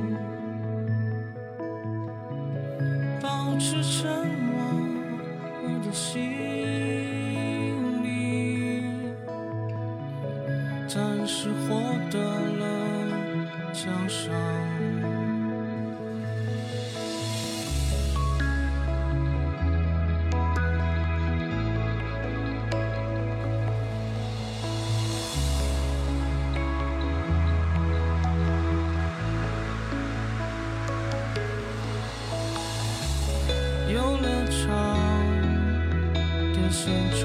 保持沉默，我的心里暂时获得了奖赏。游乐场的现场，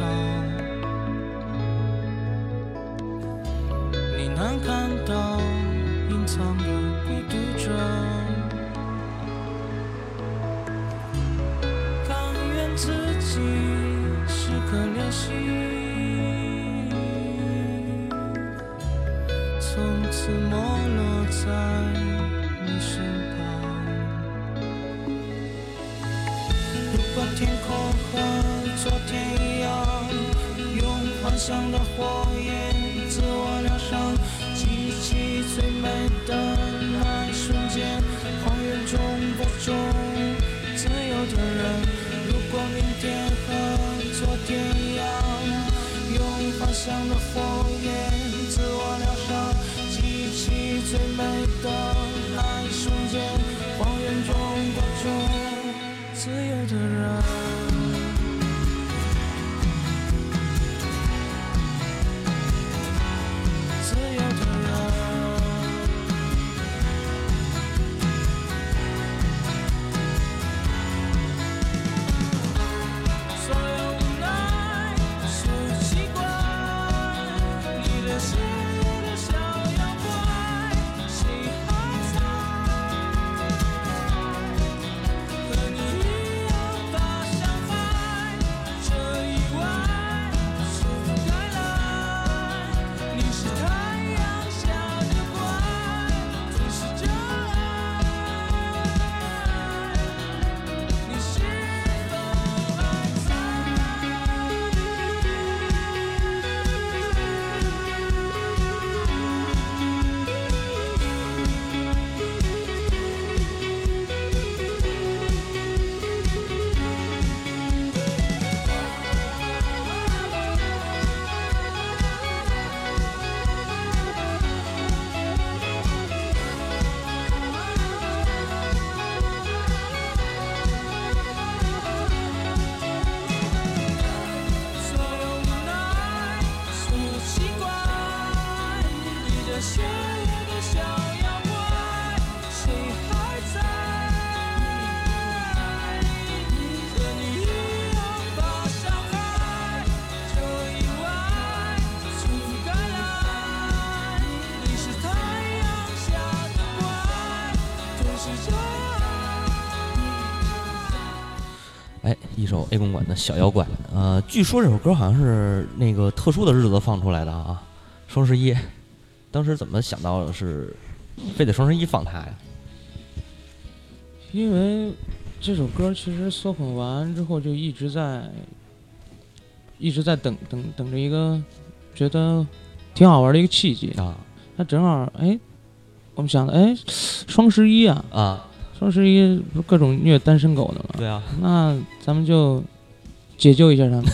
你能看到隐藏的孤独者，甘愿自己是颗流星，从此没落在你身旁。如果天空和昨天一样，用幻想的火焰自我疗伤，记起最美的那一瞬间，荒原中播种自由的人。如果明天和昨天一样，用幻想的火焰自我疗伤，记起最美的那一瞬间，荒原中播种自由的人，自由的人，所有无奈，所有习惯， 哎，一首 A 公馆的小妖怪，呃，据说这首歌好像是那个特殊的日子放出来的啊，双十一。当时怎么想到的是非得双十一放它呀？ 因为这首歌其实搜混完之后就一直在一直在等等等着一个觉得挺好玩的一个契机啊。 那正好哎，我们想的哎，双十一啊啊， 双十一不是各种虐单身狗的吗？ 对啊， 那咱们就解救一下他们。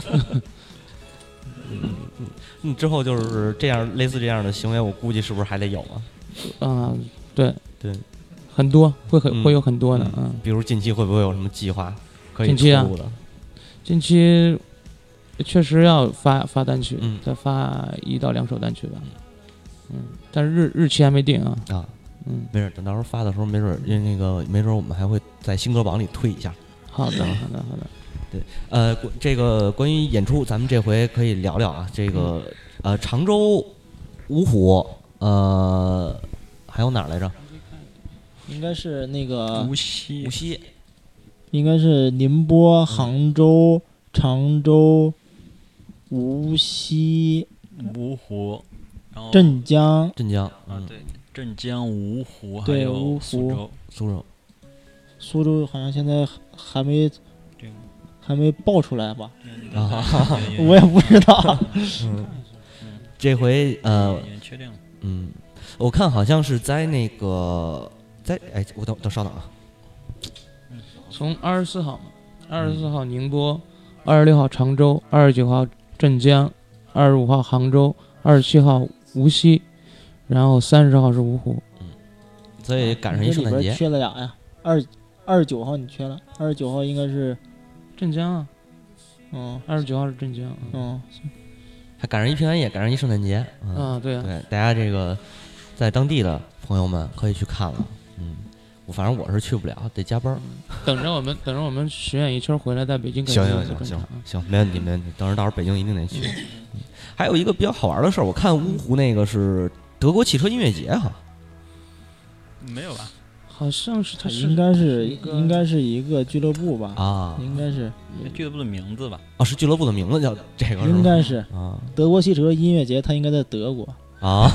嗯嗯，之后就是这样类似这样的行为，我估计是不是还得有啊？ 啊、呃，对对， 很多会很、 嗯、 会有很多的，嗯。 嗯比如近期会不会有什么计划可以近期啊出的？ 近期确实要发发单曲， 嗯， 再发一到两首单曲吧。嗯，但是日日期还没定啊。 啊， 嗯， 没事，等到时候发的时候，没准因为那个没准我们还会在新歌榜里推一下。 好的，好的，好的。 对，呃，这个关于演出，咱们这回可以聊聊啊。这个呃，常州、芜湖，呃，还有哪儿来着？ 应该是那个无锡， 无锡， 应该是宁波、杭州、常州、无锡、 芜湖，然后镇江。 镇江啊，对，镇江、芜湖，还对有芜湖苏州。 苏州， 苏州好像现在还没对还没爆出来吧？ 啊， 我也不知道。 嗯，这回呃， 也确定了。 嗯，我看好像是在那个在哎，我等等稍等啊， 从二十四号嘛，二十四号宁波，二十六号常州，二十九号镇江，二十五号杭州，二十七号无锡，然后三十号是芜湖。 所以赶上一圣诞节这里边。缺了俩呀，二二十九号你缺了，二十九号应该是， 镇江啊， 嗯二十九号是镇江。 嗯， 还赶上一平安夜，赶上一圣诞节，嗯， 啊，对啊， 对，大家这个在当地的朋友们可以去看了，嗯，我反正我是去不了，得加班。 等着我们，等着我们巡演一圈回来，在北京可以行做行行行个专场行，没问题没问题，等着到时候北京一定得去。嗯还有一个比较好玩的事儿，我看芜湖那个是德国汽车音乐节哈， 没有吧？ 好像是它是应该是一个应该是一个俱乐部吧？ 啊应该是这俱乐部的名字吧？ 啊，是俱乐部的名字叫这个是吗？ 应该是啊德国汽车音乐节，它应该在德国。 啊，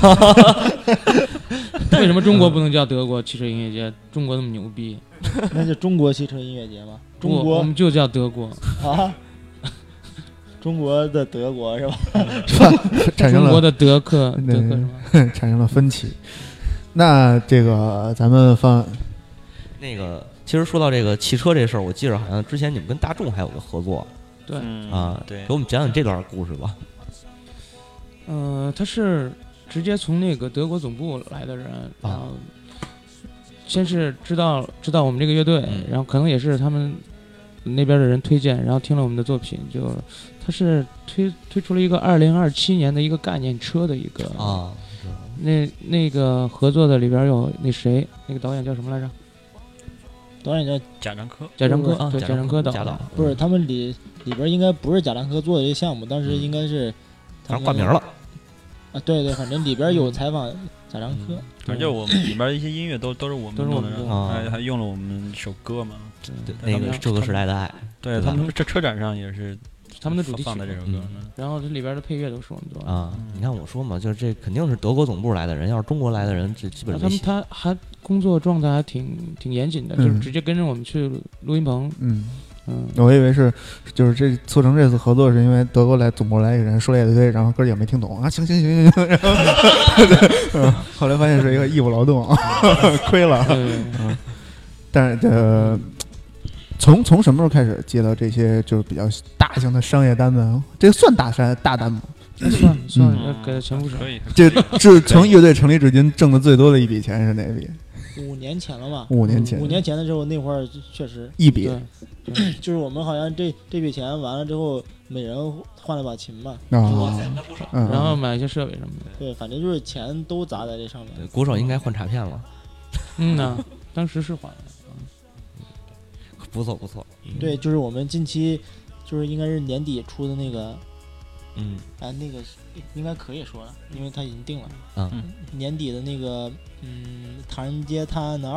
为什么中国不能叫德国汽车音乐节？中国那么牛逼， 那是中国汽车音乐节吗？中不我国们就叫德国。 啊，中国的德国是吧？ 是吧？产生了中国的德克， 对德克什么？ 产生了分歧。那这个咱们放那个其实说到这个汽车这事儿，我记着好像之前你们跟大众还有个合作对， 嗯啊， 对给，我们讲讲这段故事吧。 呃，他是直接从那个德国总部来的人，然后先是知道知道我们这个乐队， 嗯然后可能也是他们那边的人推荐，然后听了我们的作品，就他是推推出了一个二零二七年的一个概念车的一个啊， 那那个合作的里边有那谁，那个导演叫什么来着？ 导演叫贾樟柯。 贾樟柯， 啊， 对， 贾贾樟柯导的贾导。 不是他们里里边应该不是贾樟柯做的这个项目，当时应该是他们反正挂名了啊，对对，反正里边有采访贾樟柯。 反正就是我们里边一些音乐都都是我们都是我弄的， 们做的还还用了我们首歌嘛。 对，那个这个时代的爱， 对对吧他们这车展上也是他们的主题曲放的这首歌嗯呢。 然后这里边的配乐都是我们做的。 啊，你看我说嘛，就是这肯定是德国总部来的人，要是中国来的人，这基本然后没戏。 他们他还工作状态还挺挺严谨的， 嗯就是直接跟着我们去录音棚。 嗯， 嗯， 我以为是就是这促成这次合作是因为德国来总部来一个人说了一堆，然后哥也没听懂啊，行行行行行，然后、嗯、后来发现是一个义务劳动，亏了。 对对对嗯，但是呃，从从什么时候开始接到这些就是比较大型的商业单子？这个算大山大单吗？ 那算算嗯了，给他钱不少。 可以， 这是从乐队成立至今挣的最多的一笔钱是哪笔？ 五年前了吧？ 五年前， 五年前的时候，那会儿确实一笔对， 就是我们好像这这笔钱完了之后，每人换了把琴嘛， 啊，嗯， 然后买一些设备什么的。 对，反正就是钱都砸在这上面。 对，鼓手应该换镲片了， 嗯呐，当时是还了。 不错不错。 对，就是我们近期就是应该是年底出的那个， 嗯哎，那个应该可以说了，因为它已经定了。 嗯年底的那个，嗯，《唐人街探案的二》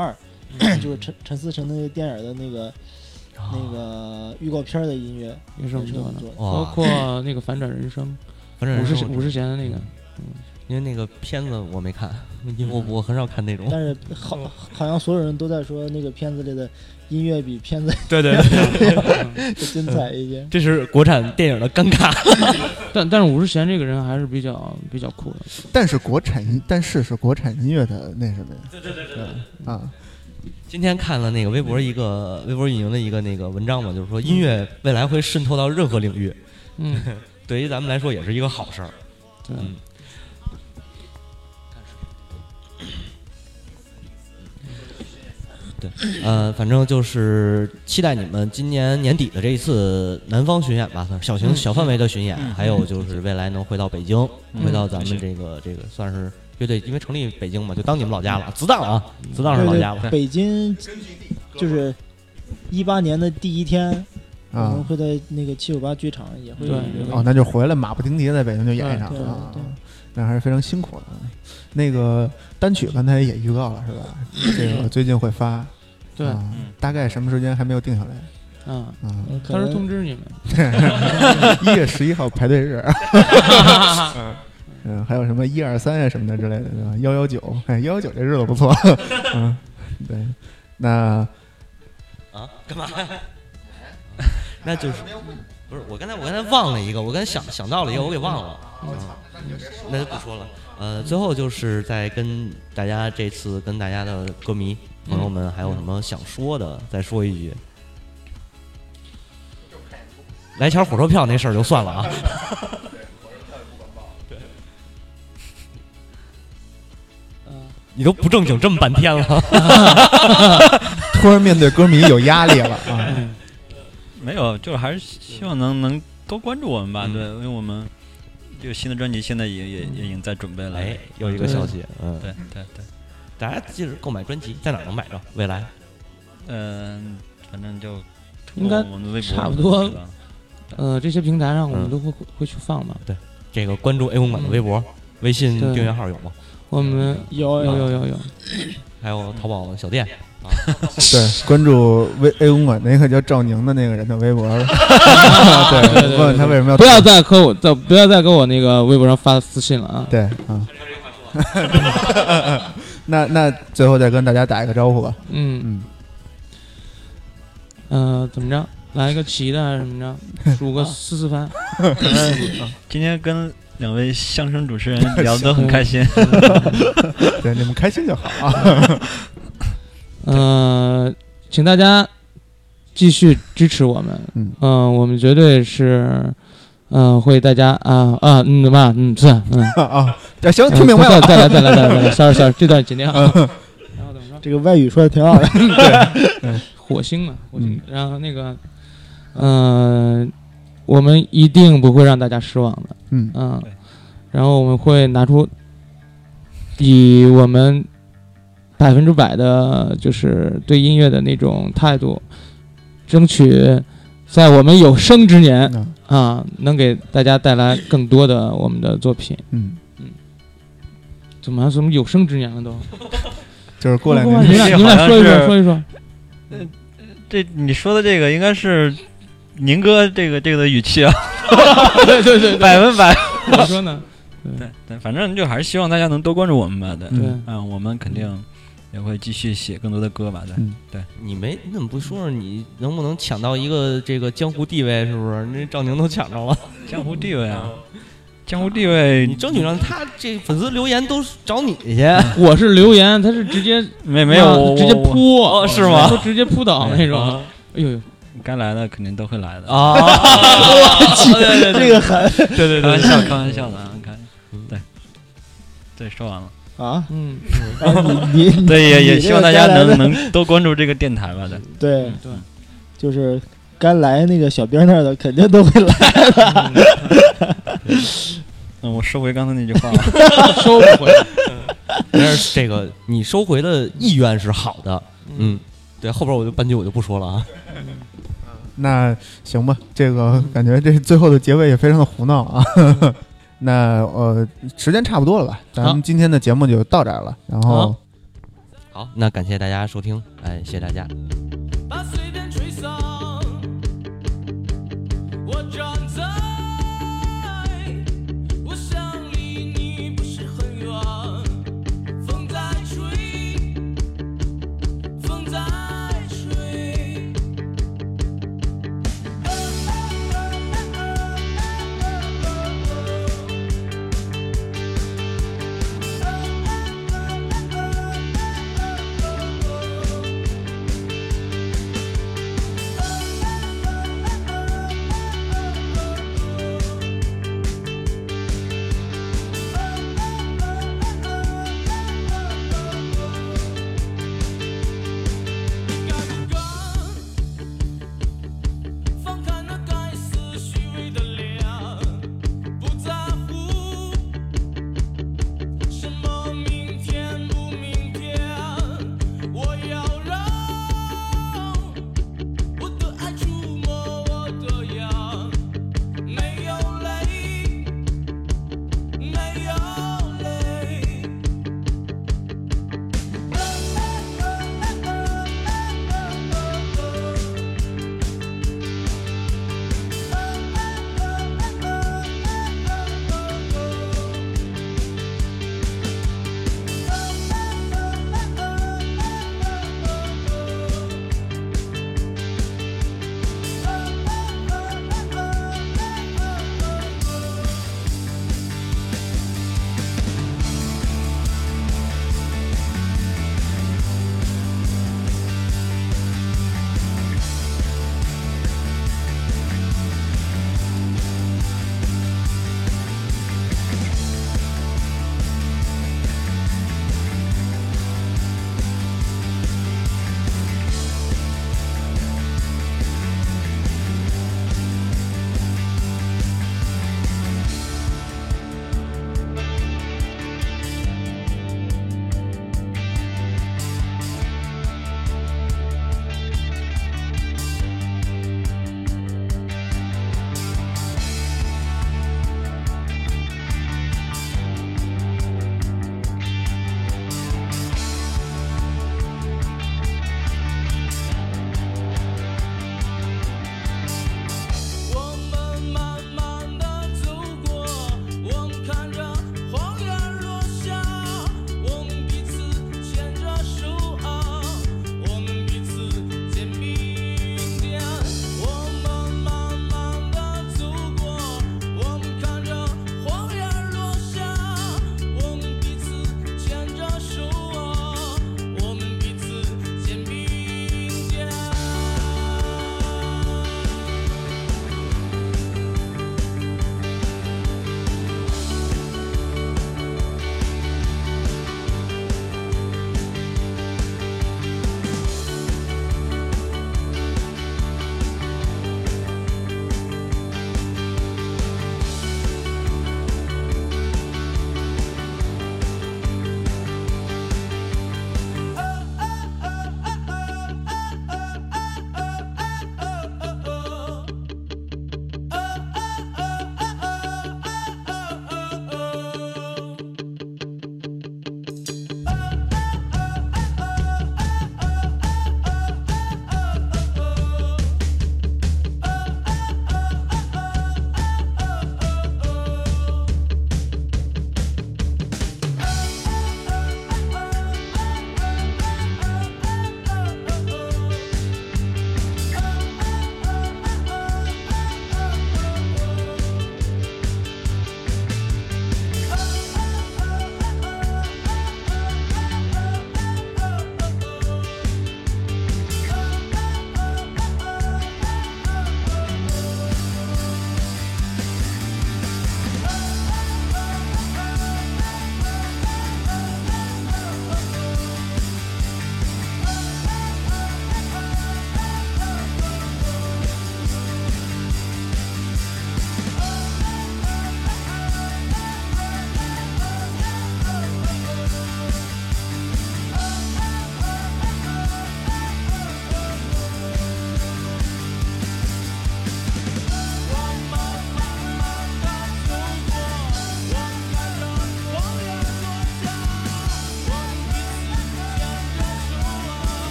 就是陈陈思诚那个电影的那个那个预告片的音乐也是我们做的， 做的。 包括那个反转人生， 反正五十五十弦的那个， 因为那个片子我没看，因为我我很少看那种。 但是好好像所有人都在说那个片子里的音乐比片子对对对， 精彩一些。 这是国产电影的尴尬。 但但是五十弦这个人还是比较比较酷的。 但是国产音，但是是国产音乐的那什么呀？对对对对啊。 今天看了那个微博一个微博运营的一个那个文章嘛，就是说音乐未来会渗透到任何领域， 嗯， 对于咱们来说也是一个好事儿。 对， 嗯，对，呃，反正就是期待你们今年年底的这一次南方巡演吧，小型小范围的巡演， 嗯、 还有就是未来能回到北京， 嗯、 回到咱们这个这个算是。乐队因为成立北京嘛，就当你们老家了。子当啊，子当是老家了。 对对北京就是一八年的第一天，我啊们会在那个七九八剧场也会对哦，那就回来马不停蹄在北京就演一场对对啊对， 那还是非常辛苦的。那个单曲刚才也预告了是吧？这个最近会发， 对， 啊大概什么时间还没有定下来。 嗯嗯， 到时候通知你们。 一月十一号排队日。嗯，还有什么一二三呀什么的之类的，对吧？幺幺九，哎，幺幺九这日子不错。嗯，对，那啊，干嘛？那就是不是我刚才我刚才忘了一个，我刚才想想到了一个，我给忘了。嗯，那就不说了。呃，最后就是再跟大家这次跟大家的歌迷朋友们还有什么想说的，再说一句。来钱火车票那事儿就算了啊。你都不正经这么半天了， 突然面对歌迷有压力了啊！ 没有，就是还是希望能能多关注我们吧。 嗯、 对，因为我们这个新的专辑现在也也也已经在准备了。 哎，有一个消息，嗯， 对对对， 大家记着购买专辑在哪儿能买着？未来， 嗯、呃，反正就应该我们的微博差不多。呃，这些平台上我们都会、嗯、会去放吧。 对，这个关注 A 公馆的微博、嗯、微信订阅号有吗？ 我们有有有有有， 还有淘宝小店啊， 对，关注微 A 公馆那个叫赵宁的那个人的微博了。对，对对对，问问他为什么要不要再和我再不要再给我那个微博上发私信了啊！ 对啊，那那最后再跟大家打一个招呼吧。 嗯嗯，嗯、呃，怎么着？来一个齐的还是怎么着？数个四四番。 今天跟两位相声主持人聊得都很开心。 对，你们开心就好啊。 呃，请大家继续支持我们。嗯、呃，我们绝对是，嗯、呃，会大家啊啊嗯嘛嗯是嗯啊，行，听明白了。 再来再来再来再来 ，sorry sorry， 这段剪掉。然后怎么说？ 这个外语说的挺好的。 对，火星嘛，火星。然后那个，嗯、呃。我们一定不会让大家失望的， 嗯嗯、呃，然后我们会拿出以我们百分之百的，就是对音乐的那种态度，争取在我们有生之年、嗯、啊，能给大家带来更多的我们的作品。 嗯嗯，怎么怎么有生之年了都？ 就是过两年， 你们俩你们俩说一说说一说。 呃，这你说的这个应该是。宁哥这个这个的语气啊， 对对对， 百分百。 怎么说呢？ 对对，反正就还是希望大家能多关注我们吧。对， 对， 嗯，我们肯定也会继续写更多的歌吧。对， 嗯、 对。 你没你怎么不说说你能不能抢到一个这个江湖地位？是不是？那赵宁都抢着了， 江湖地位啊，江湖地位， 你争取让他这粉丝留言都找你去。 我是留言，他是直接没没有直接扑， 哦，是吗？ 都直接扑倒那种。哎呦呦。 该来的肯定都会来的啊！ 我去，这个狠， 对对对， 开玩笑，开玩笑的啊！看，对，对，说完了啊， 嗯， 你你对也也希望大家能能多关注这个电台吧，对对对，就是该来那个小编那儿的肯定都会来的。 嗯，我收回刚才那句话了， 收不回。 但是这个你收回的意愿是好的，嗯。对，后边我就半句我就不说了啊。 那行吧，这个感觉这最后的结尾也非常的胡闹啊。那呃，时间差不多了吧？咱们今天的节目就到这儿了。然后好，那感谢大家收听，哎，谢谢大家。 把随便吹散，我站在